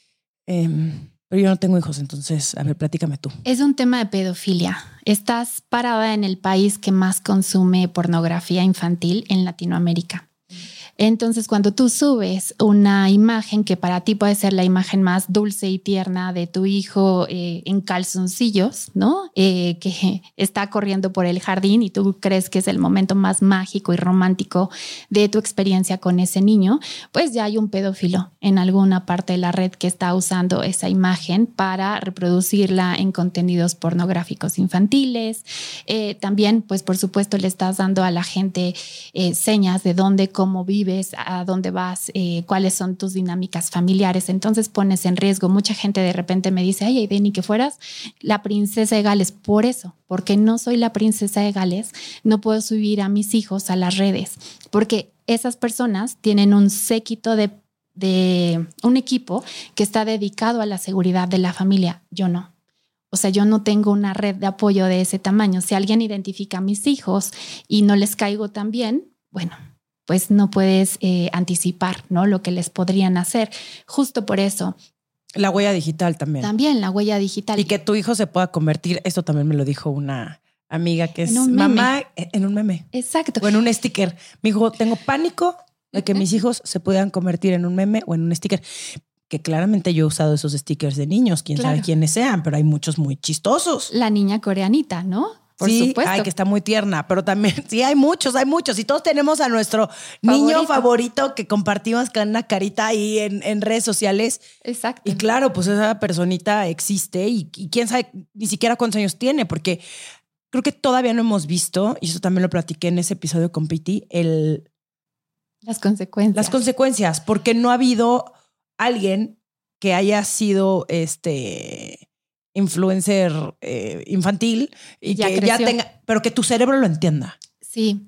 Speaker 1: Pero yo no tengo hijos, entonces, a ver, platícame tú.
Speaker 3: Es un tema de pedofilia. Estás parada en el país que más consume pornografía infantil en Latinoamérica. Entonces, cuando tú subes una imagen que para ti puede ser la imagen más dulce y tierna de tu hijo en calzoncillos, ¿no? Que está corriendo por el jardín y tú crees que es el momento más mágico y romántico de tu experiencia con ese niño, pues ya hay un pedófilo en alguna parte de la red que está usando esa imagen para reproducirla en contenidos pornográficos infantiles. También, pues por supuesto, le estás dando a la gente señas de dónde, cómo vive, a dónde vas, cuáles son tus dinámicas familiares. Entonces pones en riesgo. Mucha gente de repente me dice, ay, Aide, ni que fueras la princesa de Gales. Por eso, porque no soy la princesa de Gales, no puedo subir a mis hijos a las redes, porque esas personas tienen un séquito de un equipo que está dedicado a la seguridad de la familia. Yo no. O sea, yo no tengo una red de apoyo de ese tamaño. Si alguien identifica a mis hijos y no les caigo tan bien, bueno, pues no puedes anticipar, ¿no? Lo que les podrían hacer. Justo por eso.
Speaker 1: La huella digital también.
Speaker 3: También la huella digital.
Speaker 1: Y que tu hijo se pueda convertir, esto también me lo dijo una amiga que es mamá, en un meme.
Speaker 3: Exacto.
Speaker 1: O en un sticker. Me dijo, tengo pánico de que mis hijos se puedan convertir en un meme o en un sticker. Que claramente yo he usado esos stickers de niños, quién sabe quiénes sean, pero hay muchos muy chistosos.
Speaker 3: La niña coreanita, ¿no? Por supuesto.
Speaker 1: Ay, que está muy tierna, pero también, sí, hay muchos. Y todos tenemos a nuestro niño favorito que compartimos con una carita ahí en redes sociales.
Speaker 3: Exacto.
Speaker 1: Y claro, pues esa personita existe y quién sabe ni siquiera cuántos años tiene, porque creo que todavía no hemos visto, y eso también lo platiqué en ese episodio con Piti,
Speaker 3: las consecuencias.
Speaker 1: Las consecuencias, porque no ha habido alguien que haya sido influencer infantil y
Speaker 3: ya
Speaker 1: que
Speaker 3: creció.
Speaker 1: ya tenga, pero que tu cerebro lo entienda.
Speaker 3: Sí.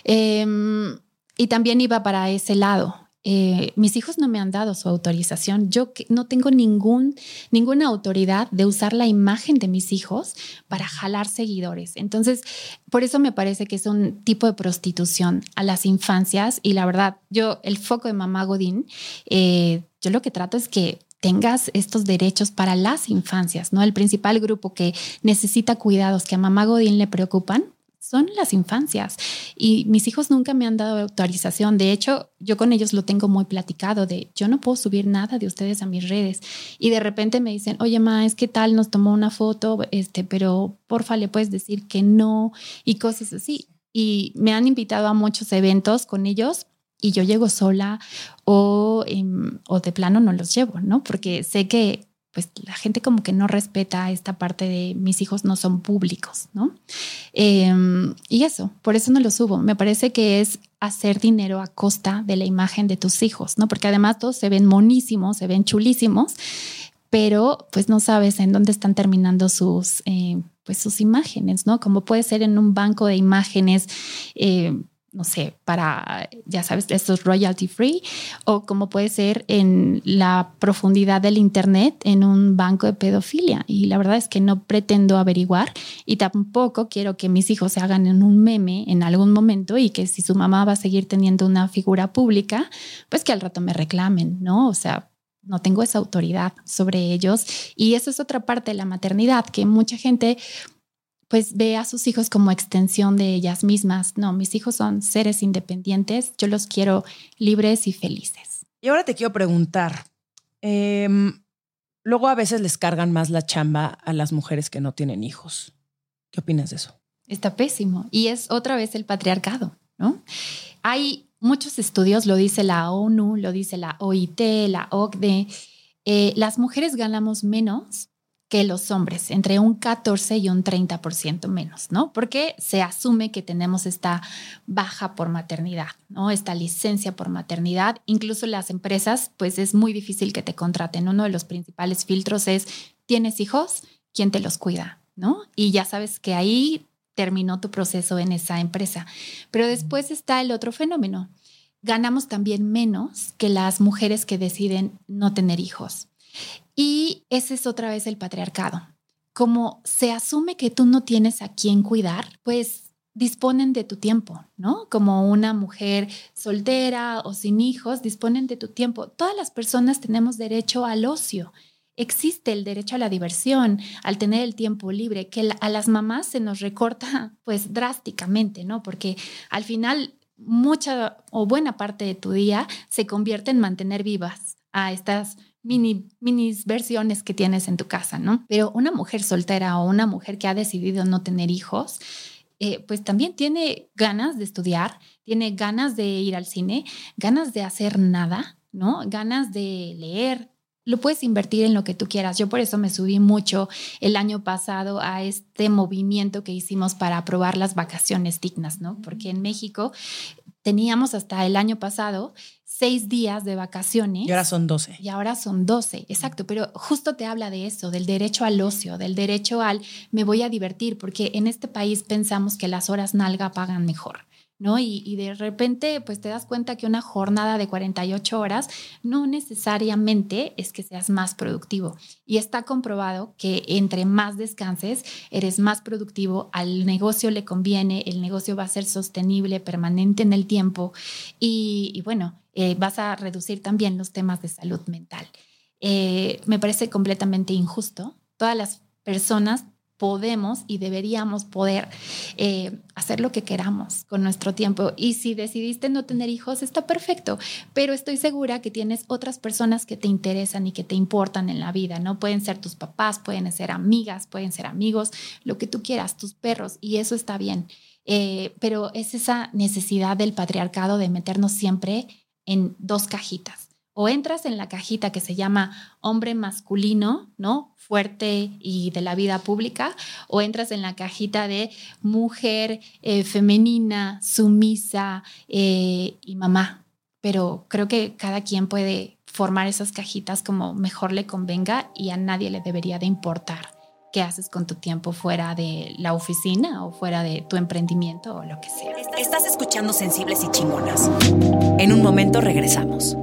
Speaker 3: Y también iba para ese lado. Mis hijos no me han dado su autorización. Yo no tengo ninguna autoridad de usar la imagen de mis hijos para jalar seguidores. Entonces, por eso me parece que es un tipo de prostitución a las infancias. Y la verdad, el foco de Mamá Godín, yo lo que trato es que tengas estos derechos para las infancias, ¿no? El principal grupo que necesita cuidados que a Mamá Godín le preocupan son las infancias. Y mis hijos nunca me han dado autorización. De hecho, yo con ellos lo tengo muy platicado de yo no puedo subir nada de ustedes a mis redes. Y de repente me dicen, oye, ma, es que tal, nos tomó una foto, pero porfa, le puedes decir que no y cosas así. Y me han invitado a muchos eventos con ellos y yo llego sola o de plano no los llevo, ¿no? Porque sé que pues la gente como que no respeta esta parte de mis hijos no son públicos, ¿no? Y eso, por eso no lo subo. Me parece que es hacer dinero a costa de la imagen de tus hijos, ¿no? Porque además todos se ven monísimos, se ven chulísimos, pero pues no sabes en dónde están terminando sus imágenes, ¿no? Como puede ser en un banco de imágenes, no sé, para, ya sabes, estos royalty free, o como puede ser en la profundidad del internet en un banco de pedofilia. Y la verdad es que no pretendo averiguar y tampoco quiero que mis hijos se hagan en un meme en algún momento y que si su mamá va a seguir teniendo una figura pública, pues que al rato me reclamen, ¿no? O sea, no tengo esa autoridad sobre ellos. Y eso es otra parte de la maternidad, que mucha gente pues ve a sus hijos como extensión de ellas mismas. No, mis hijos son seres independientes. Yo los quiero libres y felices.
Speaker 1: Y ahora te quiero preguntar, luego a veces les cargan más la chamba a las mujeres que no tienen hijos. ¿Qué opinas de eso?
Speaker 3: Está pésimo. Y es otra vez el patriarcado, ¿no? Hay muchos estudios, lo dice la ONU, lo dice la OIT, la OCDE. Las mujeres ganamos menos que los hombres, entre un 14 y un 30% menos, ¿no? Porque se asume que tenemos esta baja por maternidad, ¿no? Esta licencia por maternidad. Incluso las empresas, pues es muy difícil que te contraten. Uno de los principales filtros es, ¿tienes hijos? ¿Quién te los cuida? ¿No? Y ya sabes que ahí terminó tu proceso en esa empresa. Pero después está el otro fenómeno. Ganamos también menos que las mujeres que deciden no tener hijos. Y ese es otra vez el patriarcado. Como se asume que tú no tienes a quién cuidar, pues disponen de tu tiempo, ¿no? Como una mujer soltera o sin hijos, disponen de tu tiempo. Todas las personas tenemos derecho al ocio. Existe el derecho a la diversión, al tener el tiempo libre, que a las mamás se nos recorta pues drásticamente, ¿no? Porque al final mucha o buena parte de tu día se convierte en mantener vivas a estas minis versiones que tienes en tu casa, ¿no? Pero una mujer soltera o una mujer que ha decidido no tener hijos, pues también tiene ganas de estudiar, tiene ganas de ir al cine, ganas de hacer nada, ¿no? Ganas de leer. Lo puedes invertir en lo que tú quieras. Yo por eso me subí mucho el año pasado a este movimiento que hicimos para aprobar las vacaciones dignas, ¿no? Porque en México teníamos hasta el año pasado 6 días de vacaciones.
Speaker 1: Y ahora son 12.
Speaker 3: Y ahora son 12, exacto. Pero justo te habla de eso, del derecho al ocio, del derecho al me voy a divertir, porque en este país pensamos que las horas nalga pagan mejor, ¿no? Y de repente pues te das cuenta que una jornada de 48 horas no necesariamente es que seas más productivo. Y está comprobado que entre más descanses, eres más productivo, al negocio le conviene, el negocio va a ser sostenible, permanente en el tiempo y bueno, vas a reducir también los temas de salud mental. Me parece completamente injusto. Todas las personas podemos y deberíamos poder hacer lo que queramos con nuestro tiempo. Y si decidiste no tener hijos, está perfecto. Pero estoy segura que tienes otras personas que te interesan y que te importan en la vida, ¿no? Pueden ser tus papás, pueden ser amigas, pueden ser amigos, lo que tú quieras, tus perros, y eso está bien. Pero es esa necesidad del patriarcado de meternos siempre en 2 cajitas. O entras en la cajita que se llama hombre masculino, ¿no? Fuerte y de la vida pública, o entras en la cajita de mujer femenina, sumisa y mamá. Pero creo que cada quien puede formar esas cajitas como mejor le convenga y a nadie le debería de importar qué haces con tu tiempo fuera de la oficina o fuera de tu emprendimiento o lo que sea.
Speaker 2: Estás escuchando Sensibles y Chingonas. En un momento regresamos.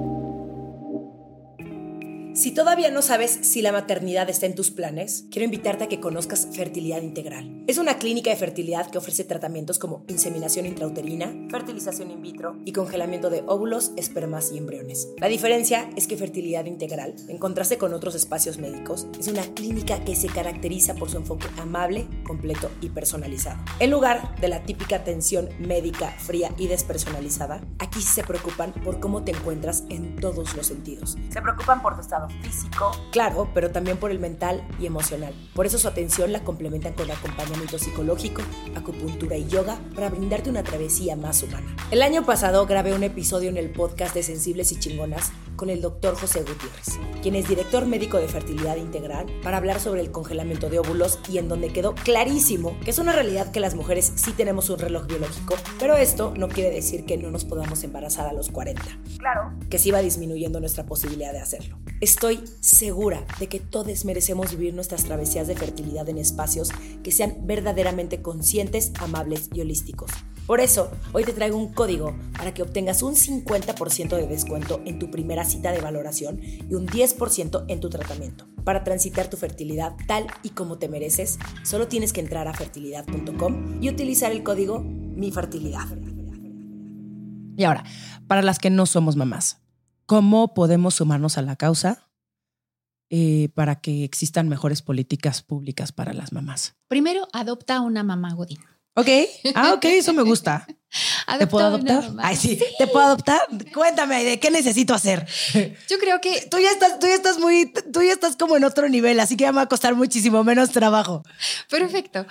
Speaker 2: Si todavía no sabes si la maternidad está en tus planes, quiero invitarte a que conozcas Fertilidad Integral. Es una clínica de fertilidad que ofrece tratamientos como inseminación intrauterina, fertilización in vitro y congelamiento de óvulos, espermas y embriones. La diferencia es que Fertilidad Integral, en contraste con otros espacios médicos, es una clínica que se caracteriza por su enfoque amable, completo y personalizado. En lugar de la típica atención médica fría y despersonalizada, aquí se preocupan por cómo te encuentras en todos los sentidos. Se preocupan por tu estado físico, claro, pero también por el mental y emocional. Por eso su atención la complementan con acompañamiento psicológico, acupuntura y yoga para brindarte una travesía más humana. El año pasado grabé un episodio en el podcast de Sensibles y Chingonas con el Dr. José Gutiérrez, quien es director médico de Fertilidad Integral, para hablar sobre el congelamiento de óvulos y en donde quedó clarísimo que es una realidad que las mujeres sí tenemos un reloj biológico, pero esto no quiere decir que no nos podamos embarazar a los 40. Claro, que sí va disminuyendo nuestra posibilidad de hacerlo. Estoy segura de que todos merecemos vivir nuestras travesías de fertilidad en espacios que sean verdaderamente conscientes, amables y holísticos. Por eso, hoy te traigo un código para que obtengas un 50% de descuento en tu primera cita de valoración y un 10% en tu tratamiento. Para transitar tu fertilidad tal y como te mereces, solo tienes que entrar a fertilidad.com y utilizar el código MIFERTILIDAD.
Speaker 1: Y ahora, para las que no somos mamás, ¿cómo podemos sumarnos a la causa para que existan mejores políticas públicas para las mamás?
Speaker 3: Primero, adopta una mamá godín.
Speaker 1: Ok. Ok, eso me gusta. ¿Te puedo adoptar? Ay, sí. ¿Te puedo adoptar? Cuéntame, ¿de qué necesito hacer?
Speaker 3: Yo creo que
Speaker 1: tú ya estás como en otro nivel, así que ya me va a costar muchísimo menos trabajo.
Speaker 3: Perfecto.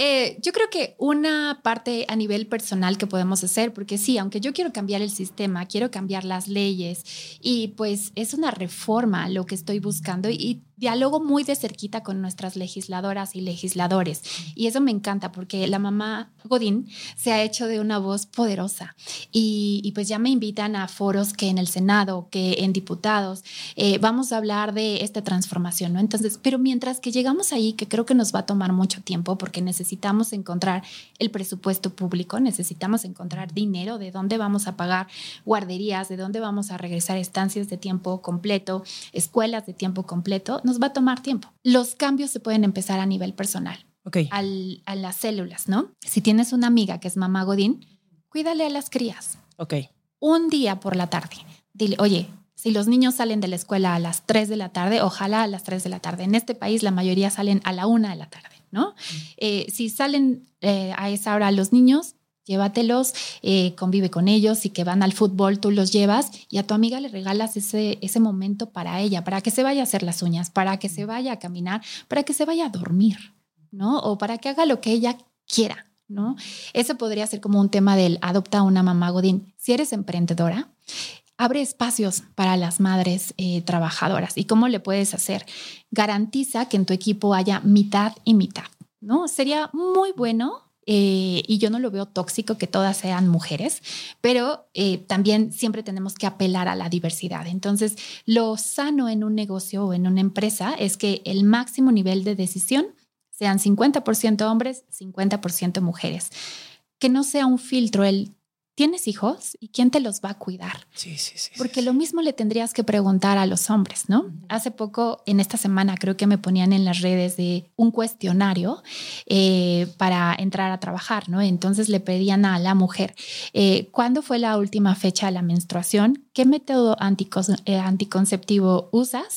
Speaker 3: Yo creo que una parte a nivel personal que podemos hacer, porque sí, aunque yo quiero cambiar el sistema, quiero cambiar las leyes y pues es una reforma lo que estoy buscando y dialogo muy de cerquita con nuestras legisladoras y legisladores. Y eso me encanta porque la mamá Godín se ha hecho de una voz poderosa y pues ya me invitan a foros que en el Senado, que en diputados, vamos a hablar de esta transformación, ¿no? Entonces, pero mientras que llegamos ahí, que creo que nos va a tomar mucho tiempo porque necesitamos encontrar el presupuesto público, necesitamos encontrar dinero, de dónde vamos a pagar guarderías, de dónde vamos a regresar estancias de tiempo completo, escuelas de tiempo completo, nos va a tomar tiempo. Los cambios se pueden empezar a nivel personal.
Speaker 1: Okay.
Speaker 3: A las células, ¿no? Si tienes una amiga que es mamá Godín, cuídale a las crías.
Speaker 1: Ok.
Speaker 3: Un día por la tarde. Dile, oye, si los niños salen de la escuela a las 3 de la tarde, ojalá a las 3 de la tarde. En este país la mayoría salen a la 1 de la tarde, ¿no? Si salen a esa hora los niños, llévatelos, convive con ellos y que van al fútbol, tú los llevas y a tu amiga le regalas ese momento para ella, para que se vaya a hacer las uñas, para que se vaya a caminar, para que se vaya a dormir, ¿no? O para que haga lo que ella quiera, ¿no? Eso podría ser como un tema del adopta a una mamá Godín. Si eres emprendedora, abre espacios para las madres trabajadoras. ¿Y cómo le puedes hacer? Garantiza que en tu equipo haya mitad y mitad, ¿no? Sería muy bueno. Y yo no lo veo tóxico que todas sean mujeres, pero también siempre tenemos que apelar a la diversidad. Entonces, lo sano en un negocio o en una empresa es que el máximo nivel de decisión sean 50% hombres, 50% mujeres. Que no sea un filtro el ¿tienes hijos? ¿Y quién te los va a cuidar?
Speaker 1: Sí.
Speaker 3: Porque lo mismo le tendrías que preguntar a los hombres, ¿no? Uh-huh. Hace poco, en esta semana, creo que me ponían en las redes de un cuestionario para entrar a trabajar, ¿no? Entonces le pedían a la mujer, ¿cuándo fue la última fecha de la menstruación? ¿Qué método anticonceptivo usas?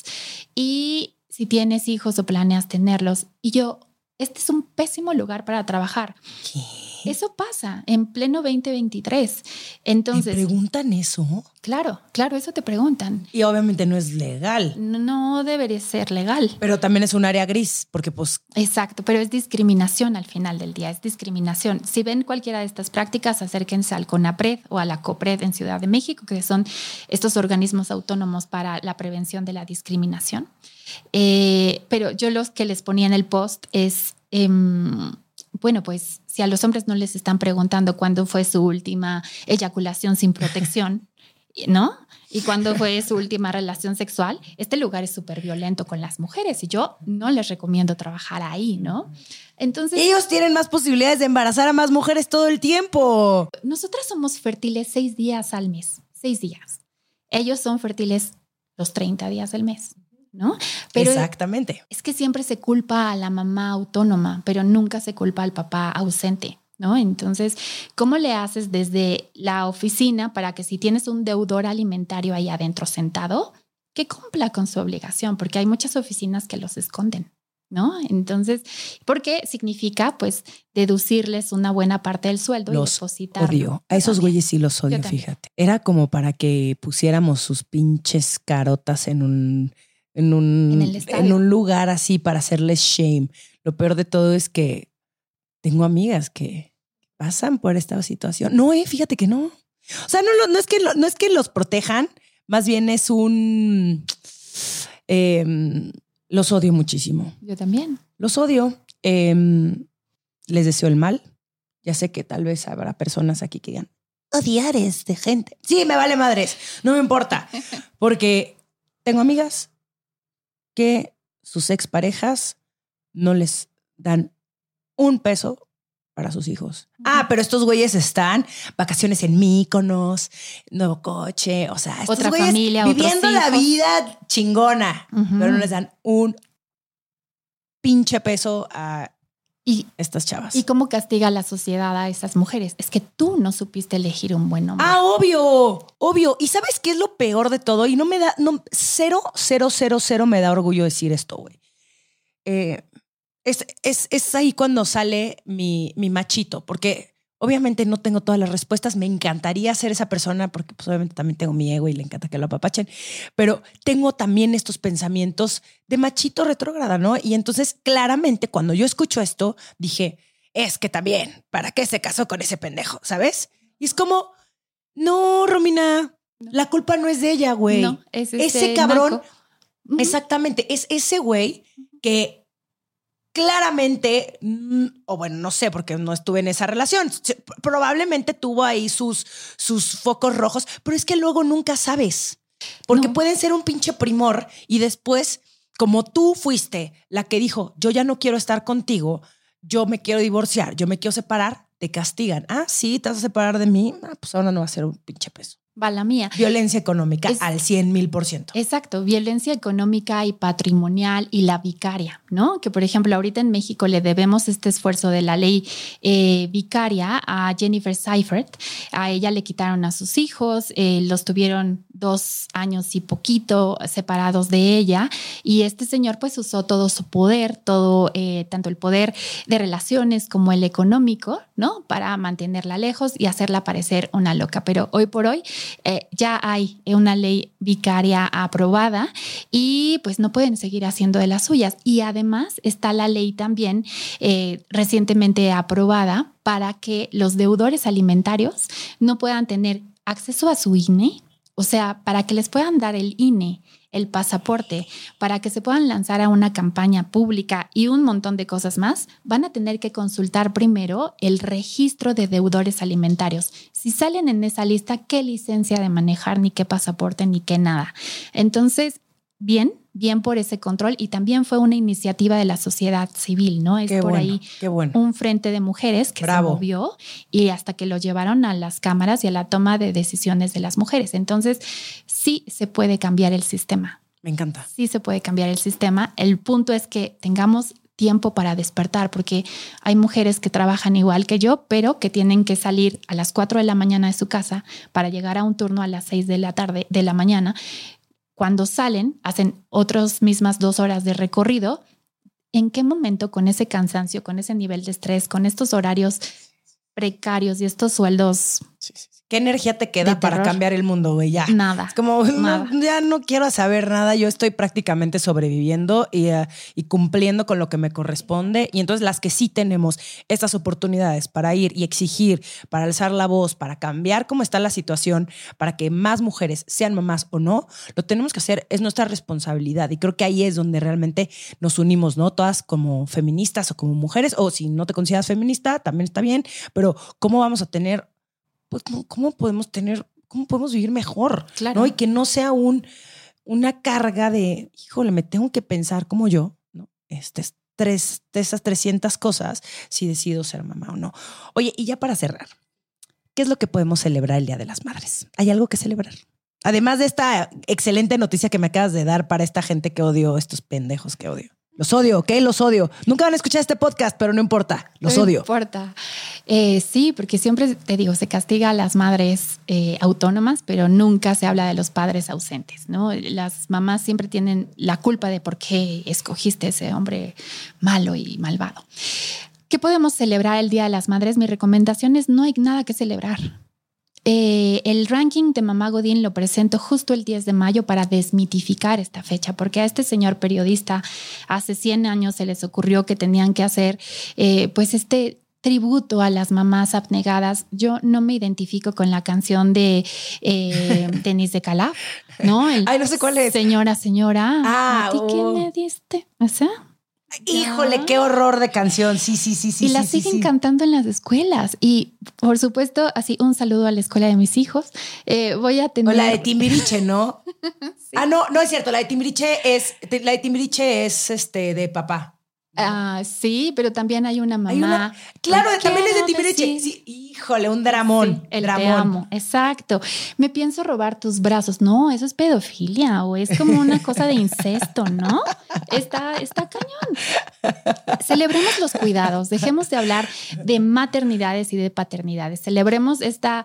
Speaker 3: Y si tienes hijos o planeas tenerlos. Y yo, este es un pésimo lugar para trabajar.
Speaker 1: ¿Qué?
Speaker 3: Eso pasa en pleno 2023. Entonces,
Speaker 1: ¿te preguntan eso?
Speaker 3: Claro, eso te preguntan.
Speaker 1: Y obviamente no es legal.
Speaker 3: No debería ser legal.
Speaker 1: Pero también es un área gris, porque pues...
Speaker 3: Exacto, pero es discriminación al final del día, es discriminación. Si ven cualquiera de estas prácticas, acérquense al CONAPRED o a la COPRED en Ciudad de México, que son estos organismos autónomos para la prevención de la discriminación. Pero yo los que les ponía en el post es... bueno, pues si a los hombres no les están preguntando cuándo fue su última eyaculación sin protección, ¿no? Y cuándo fue su última relación sexual, este lugar es súper violento con las mujeres y yo no les recomiendo trabajar ahí, ¿no? Entonces,
Speaker 1: ellos tienen más posibilidades de embarazar a más mujeres todo el tiempo.
Speaker 3: Nosotras somos fértiles 6 días al mes, 6 días. Ellos son fértiles los 30 días del mes, ¿no? Pero
Speaker 1: exactamente.
Speaker 3: Es que siempre se culpa a la mamá autónoma, pero nunca se culpa al papá ausente, ¿no? Entonces, ¿cómo le haces desde la oficina para que si tienes un deudor alimentario ahí adentro sentado, que cumpla con su obligación? Porque hay muchas oficinas que los esconden, ¿no? Entonces, porque significa pues deducirles una buena parte del sueldo y depositarlo.
Speaker 1: Odio. A esos güeyes sí los odio, fíjate. Era como para que pusiéramos sus pinches carotas en un lugar así para hacerles shame. Lo peor de todo es que tengo amigas que pasan por esta situación. No, fíjate que no. O sea, no es que los protejan, más bien es un... los odio muchísimo.
Speaker 3: Yo también.
Speaker 1: Los odio. Les deseo el mal. Ya sé que tal vez habrá personas aquí que digan, odiar es de gente. Sí, me vale madres. No me importa. Porque tengo amigas que sus exparejas no les dan un peso para sus hijos. Pero estos güeyes están vacaciones en Mykonos, nuevo coche, o sea, estos
Speaker 3: otra
Speaker 1: güeyes
Speaker 3: familia,
Speaker 1: viviendo la vida chingona, pero no les dan un pinche peso a estas chavas.
Speaker 3: ¿Y cómo castiga la sociedad a esas mujeres? Es que tú no supiste elegir un buen hombre.
Speaker 1: Obvio. ¿Y sabes qué es lo peor de todo? Y no me da, cero me da orgullo decir esto, güey. Es ahí cuando sale mi machito, porque obviamente no tengo todas las respuestas. Me encantaría ser esa persona porque pues obviamente también tengo mi ego y le encanta que lo apapachen, pero tengo también estos pensamientos de machito retrógrada, ¿no? Y entonces claramente cuando yo escucho esto dije, es que también, ¿para qué se casó con ese pendejo? ¿Sabes? Y es como, no, Romina, la culpa no es de ella, güey.
Speaker 3: No, es
Speaker 1: ese cabrón. Exactamente, es ese güey que claramente, o bueno, no sé porque no estuve en esa relación, probablemente tuvo ahí sus focos rojos, pero es que luego nunca sabes, porque pueden ser un pinche primor y después, como tú fuiste la que dijo, yo ya no quiero estar contigo, yo me quiero divorciar, yo me quiero separar, te castigan. Sí, te vas a separar de mí, pues ahora no va a ser un pinche peso.
Speaker 3: Va la mía.
Speaker 1: Violencia económica al 100,000%.
Speaker 3: Exacto, violencia económica y patrimonial y la vicaria, ¿no? Que por ejemplo ahorita en México le debemos este esfuerzo de la ley vicaria a Jennifer Seifert. A ella le quitaron a sus hijos, los tuvieron 2 años y poquito separados de ella y este señor pues usó todo su poder, todo tanto el poder de relaciones como el económico, ¿no? Para mantenerla lejos y hacerla parecer una loca. Pero hoy por hoy ya hay una ley vicaria aprobada y pues no pueden seguir haciendo de las suyas. Y además está la ley también recientemente aprobada para que los deudores alimentarios no puedan tener acceso a su INE, o sea, para que les puedan dar el INE, el pasaporte, para que se puedan lanzar a una campaña pública y un montón de cosas más, van a tener que consultar primero el registro de deudores alimentarios. Si salen en esa lista, qué licencia de manejar, ni qué pasaporte, ni qué nada. Entonces, bien por ese control y también fue una iniciativa de la sociedad civil, ¿no? Es por ahí un frente de mujeres que se movió y hasta que lo llevaron a las cámaras y a la toma de decisiones de las mujeres. Entonces, sí se puede cambiar el sistema.
Speaker 1: Me encanta.
Speaker 3: Sí se puede cambiar el sistema. El punto es que tengamos tiempo para despertar, porque hay mujeres que trabajan igual que yo, pero que tienen que salir a las 4 de la mañana de su casa para llegar a un turno a las 6 de la mañana. Cuando salen, hacen otras mismas 2 horas de recorrido. ¿En qué momento con ese cansancio, con ese nivel de estrés, con estos horarios precarios y estos sueldos.
Speaker 1: Sí. ¿Qué energía te queda para cambiar el mundo, güey? Ya.
Speaker 3: Nada.
Speaker 1: Es como,
Speaker 3: nada.
Speaker 1: No, ya no quiero saber nada. Yo estoy prácticamente sobreviviendo y cumpliendo con lo que me corresponde. Y entonces las que sí tenemos estas oportunidades para ir y exigir, para alzar la voz, para cambiar cómo está la situación, para que más mujeres sean mamás o no, lo tenemos que hacer. Es nuestra responsabilidad. Y creo que ahí es donde realmente nos unimos, ¿no? Todas como feministas o como mujeres, o si no te consideras feminista, también está bien. Pero ¿cómo vamos a tener... Pues, ¿cómo podemos vivir mejor?
Speaker 3: Claro.
Speaker 1: ¿No? Y que no sea una carga de, híjole, me tengo que pensar como yo, ¿no? De esas 300 cosas, si decido ser mamá o no. Oye, y ya para cerrar, ¿qué es lo que podemos celebrar el Día de las Madres? ¿Hay algo que celebrar? Además de esta excelente noticia que me acabas de dar para esta gente que odio, estos pendejos que odio. Los odio, ¿ok? Los odio. Nunca van a escuchar este podcast, pero no importa. Los odio.
Speaker 3: No importa. Sí, porque siempre te digo, se castiga a las madres autónomas, pero nunca se habla de los padres ausentes, ¿no? Las mamás siempre tienen la culpa de por qué escogiste ese hombre malo y malvado. ¿Qué podemos celebrar el Día de las Madres? Mi recomendación es no hay nada que celebrar. El ranking de Mamá Godín lo presento justo el 10 de mayo para desmitificar esta fecha, porque a este señor periodista hace 100 años se les ocurrió que tenían que hacer pues este tributo a las mamás abnegadas. Yo no me identifico con la canción de Denis de Calaf, ¿no?
Speaker 1: Ay, no sé cuál es.
Speaker 3: Señora, ¿a ti qué me diste? ¿O sea?
Speaker 1: Híjole, qué horror de canción. Sí.
Speaker 3: Y la siguen cantando en las escuelas. Y por supuesto, así un saludo a la escuela de mis hijos. Voy a tener...
Speaker 1: O la de Timbiriche, ¿no? Sí. Ah, no es cierto. La de Timbiriche es de papá.
Speaker 3: Sí, pero también hay una mamá.
Speaker 1: Claro, también es de Timbiriche. Sí, híjole, un dramón.
Speaker 3: Sí, Te amo, exacto. Me pienso robar tus brazos. No, eso es pedofilia o es como una cosa de incesto, ¿no? Está cañón. Celebremos los cuidados. Dejemos de hablar de maternidades y de paternidades. Celebremos esta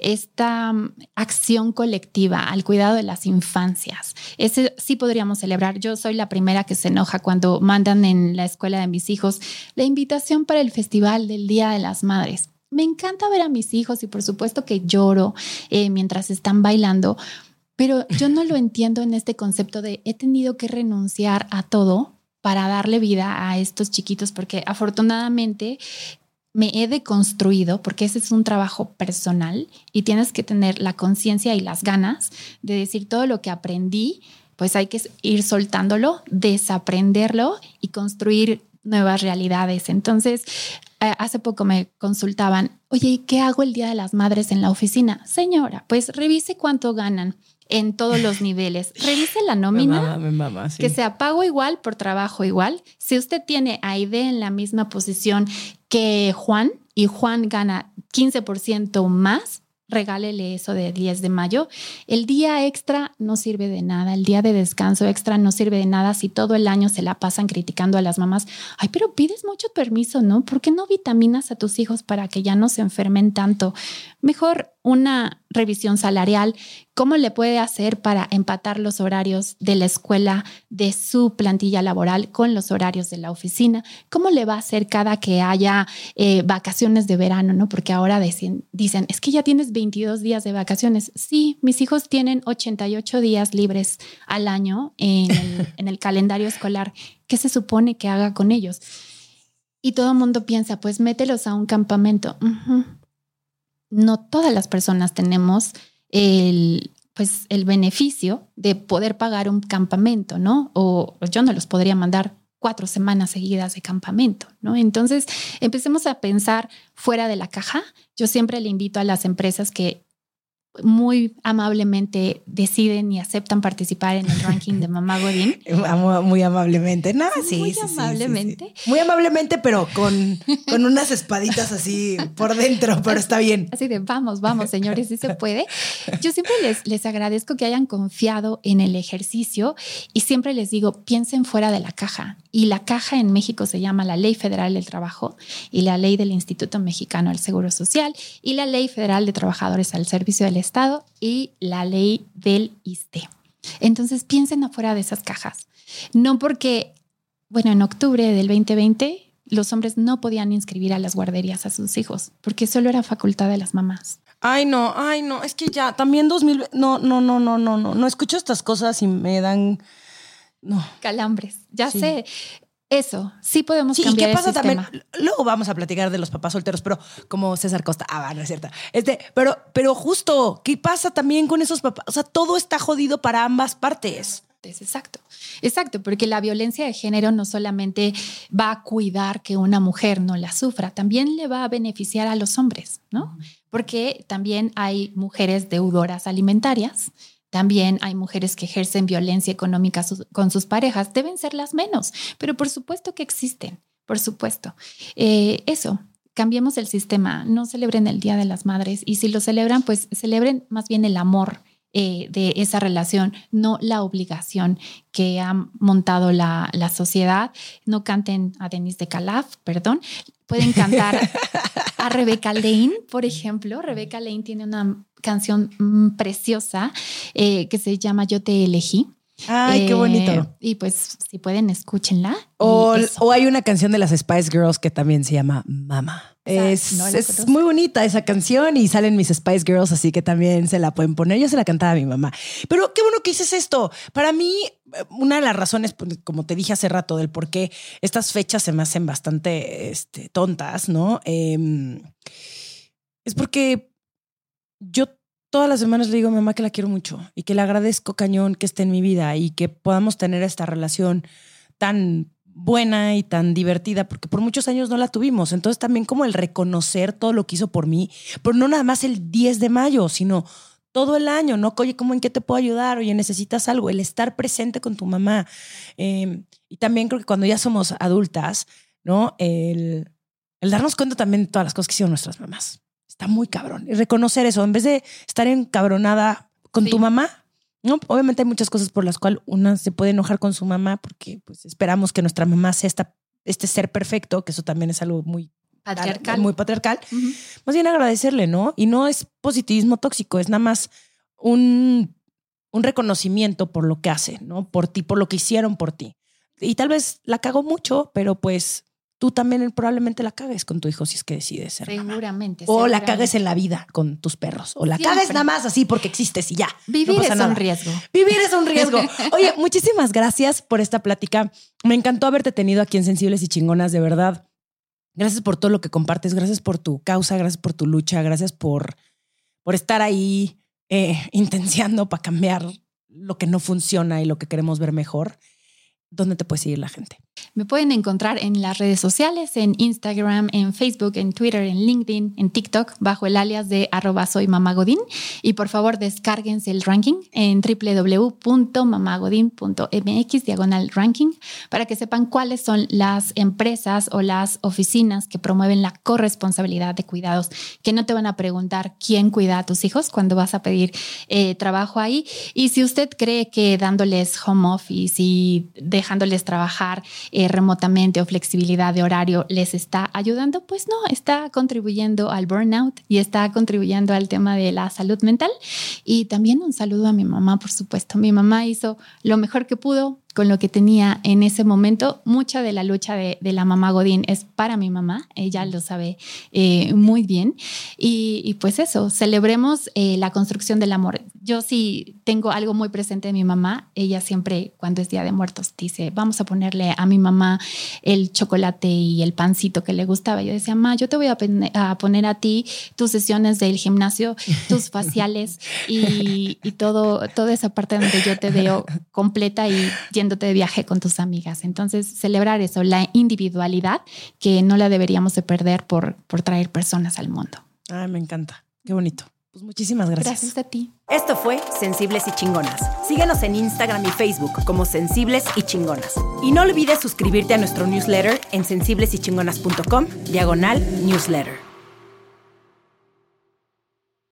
Speaker 3: acción colectiva al cuidado de las infancias. Ese sí podríamos celebrar. Yo soy la primera que se enoja cuando mandan en la escuela de mis hijos la invitación para el festival del Día de las Madres. Me encanta ver a mis hijos y por supuesto que lloro mientras están bailando, pero yo no lo entiendo en este concepto de he tenido que renunciar a todo para darle vida a estos chiquitos, porque afortunadamente me he deconstruido, porque ese es un trabajo personal y tienes que tener la conciencia y las ganas de decir todo lo que aprendí, pues hay que ir soltándolo, desaprenderlo y construir nuevas realidades. Entonces, hace poco me consultaban, oye, ¿qué hago el Día de las Madres en la oficina? Señora, pues revise cuánto ganan en todos los niveles. Revise la nómina,
Speaker 1: me mama, sí.
Speaker 3: Que sea pago igual por trabajo igual. Si usted tiene a Aide en la misma posición que Juan y Juan gana 15% más, regálele eso de 10 de mayo. El día extra no sirve de nada. El día de descanso extra no sirve de nada si todo el año se la pasan criticando a las mamás. Ay, pero pides mucho permiso, ¿no? ¿Por qué no vitaminas a tus hijos para que ya no se enfermen tanto? Mejor una revisión salarial. ¿Cómo le puede hacer para empatar los horarios de la escuela, de su plantilla laboral con los horarios de la oficina? ¿Cómo le va a hacer cada que haya vacaciones de verano, ¿no? Porque ahora dicen, es que ya tienes 22 días de vacaciones. Sí, mis hijos tienen 88 días libres al año en el calendario escolar. ¿Qué se supone que haga con ellos? Y todo el mundo piensa, pues mételos a un campamento. No todas las personas tenemos el beneficio de poder pagar un campamento, ¿no? O yo no los podría mandar 4 semanas seguidas de campamento, ¿no? Entonces, empecemos a pensar fuera de la caja. Yo siempre le invito a las empresas que muy amablemente deciden y aceptan participar en el ranking de Mamá Godín.
Speaker 1: Muy amablemente, ¿no? Sí,
Speaker 3: muy amablemente.
Speaker 1: Sí. Muy amablemente, pero con unas espaditas así por dentro, pero está bien.
Speaker 3: Así de vamos, señores, sí se puede. Yo siempre les agradezco que hayan confiado en el ejercicio y siempre les digo, piensen fuera de la caja. Y la caja en México se llama la Ley Federal del Trabajo y la Ley del Instituto Mexicano del Seguro Social y la Ley Federal de Trabajadores al Servicio del Estado y la Ley del ISSSTE. Entonces piensen afuera de esas cajas. No porque, en octubre del 2020 los hombres no podían inscribir a las guarderías a sus hijos porque solo era facultad de las mamás.
Speaker 1: Ay, no, es que ya, también 2000, no escucho estas cosas y me dan,
Speaker 3: calambres, ya
Speaker 1: sí.
Speaker 3: sé. Eso, sí podemos cambiar el sistema. ¿Y qué pasa también?
Speaker 1: Luego vamos a platicar de los papás solteros, pero como César Costa. No es cierto. Pero justo, ¿qué pasa también con esos papás? O sea, todo está jodido para ambas partes.
Speaker 3: Exacto, porque la violencia de género no solamente va a cuidar que una mujer no la sufra, también le va a beneficiar a los hombres, ¿no? Porque también hay mujeres deudoras alimentarias. También hay mujeres que ejercen violencia económica con sus parejas. Deben ser las menos, pero por supuesto que existen, por supuesto. Eso, cambiemos el sistema. No celebren el Día de las Madres y si lo celebran, pues celebren más bien el amor de esa relación, no la obligación que ha montado la sociedad. No canten a Denise de Calaf, perdón. Pueden cantar a Rebecca Lane, por ejemplo. Rebecca Lane tiene una canción preciosa que se llama Yo te elegí.
Speaker 1: Ay, qué bonito.
Speaker 3: Y pues si pueden, escúchenla.
Speaker 1: O hay una canción de las Spice Girls que también se llama Mama. Es muy bonita esa canción y salen mis Spice Girls, así que también se la pueden poner. Yo se la cantaba a mi mamá. Pero qué bueno que dices esto. Para mí, una de las razones, como te dije hace rato, del por qué estas fechas se me hacen bastante tontas, ¿no? Es porque yo todas las semanas le digo a mi mamá que la quiero mucho y que le agradezco cañón que esté en mi vida y que podamos tener esta relación tan buena y tan divertida, porque por muchos años no la tuvimos. Entonces también como el reconocer todo lo que hizo por mí, pero no nada más el 10 de mayo, sino todo el año, ¿no? Oye, ¿cómo en qué te puedo ayudar? Oye, ¿necesitas algo? El estar presente con tu mamá. Y también creo que cuando ya somos adultas, ¿no? El darnos cuenta también de todas las cosas que hicieron nuestras mamás. Está muy cabrón. Y reconocer eso, en vez de estar encabronada con tu mamá, ¿no? Obviamente hay muchas cosas por las cuales una se puede enojar con su mamá porque pues, esperamos que nuestra mamá sea este ser perfecto, que eso también es algo muy patriarcal. Uh-huh. Más bien agradecerle, ¿no? Y no es positivismo tóxico, es nada más un reconocimiento por lo que hace, ¿no? Por ti, por lo que hicieron por ti. Y tal vez la cagó mucho, pero pues tú también probablemente la cagues con tu hijo si es que decides ser
Speaker 3: Seguramente.
Speaker 1: O la cagues en la vida con tus perros. O la cagues nada más así porque existes y ya.
Speaker 3: Vivir es un riesgo.
Speaker 1: Vivir es un riesgo. Oye, muchísimas gracias por esta plática. Me encantó haberte tenido aquí en Sensibles y Chingonas, de verdad. Gracias por todo lo que compartes. Gracias por tu causa. Gracias por tu lucha. Gracias por estar ahí intenciando para cambiar lo que no funciona y lo que queremos ver mejor. ¿Dónde te puede seguir la gente?
Speaker 3: Me pueden encontrar en las redes sociales, en Instagram, en Facebook, en Twitter, en LinkedIn, en TikTok, bajo el alias de @soymamagodin. Y por favor, descárguense el ranking en www.mamagodin.mx/ranking para que sepan cuáles son las empresas o las oficinas que promueven la corresponsabilidad de cuidados, que no te van a preguntar quién cuida a tus hijos cuando vas a pedir trabajo ahí. Y si usted cree que dándoles home office y dejándoles trabajar remotamente o flexibilidad de horario les está ayudando, pues no, está contribuyendo al burnout y está contribuyendo al tema de la salud mental. Y también un saludo a mi mamá, por supuesto. Mi mamá hizo lo mejor que pudo con lo que tenía en ese momento. Mucha de la lucha de la mamá Godín es para mi mamá, ella lo sabe muy bien. Y pues eso, celebremos la construcción del amor. Yo sí tengo algo muy presente de mi mamá. Ella siempre, cuando es Día de Muertos, dice, vamos a ponerle a mi mamá el chocolate y el pancito que le gustaba. Yo decía, ma, yo te voy a poner a ti tus sesiones del gimnasio, tus faciales y toda esa parte donde yo te veo completa y yéndote de viaje con tus amigas. Entonces, celebrar eso, la individualidad, que no la deberíamos de perder por traer personas al mundo.
Speaker 1: Ay, me encanta. Qué bonito. Pues muchísimas gracias.
Speaker 3: Gracias a ti.
Speaker 2: Esto fue Sensibles y Chingonas. Síguenos en Instagram y Facebook como Sensibles y Chingonas. Y no olvides suscribirte a nuestro newsletter en sensiblesychingonas.com/newsletter.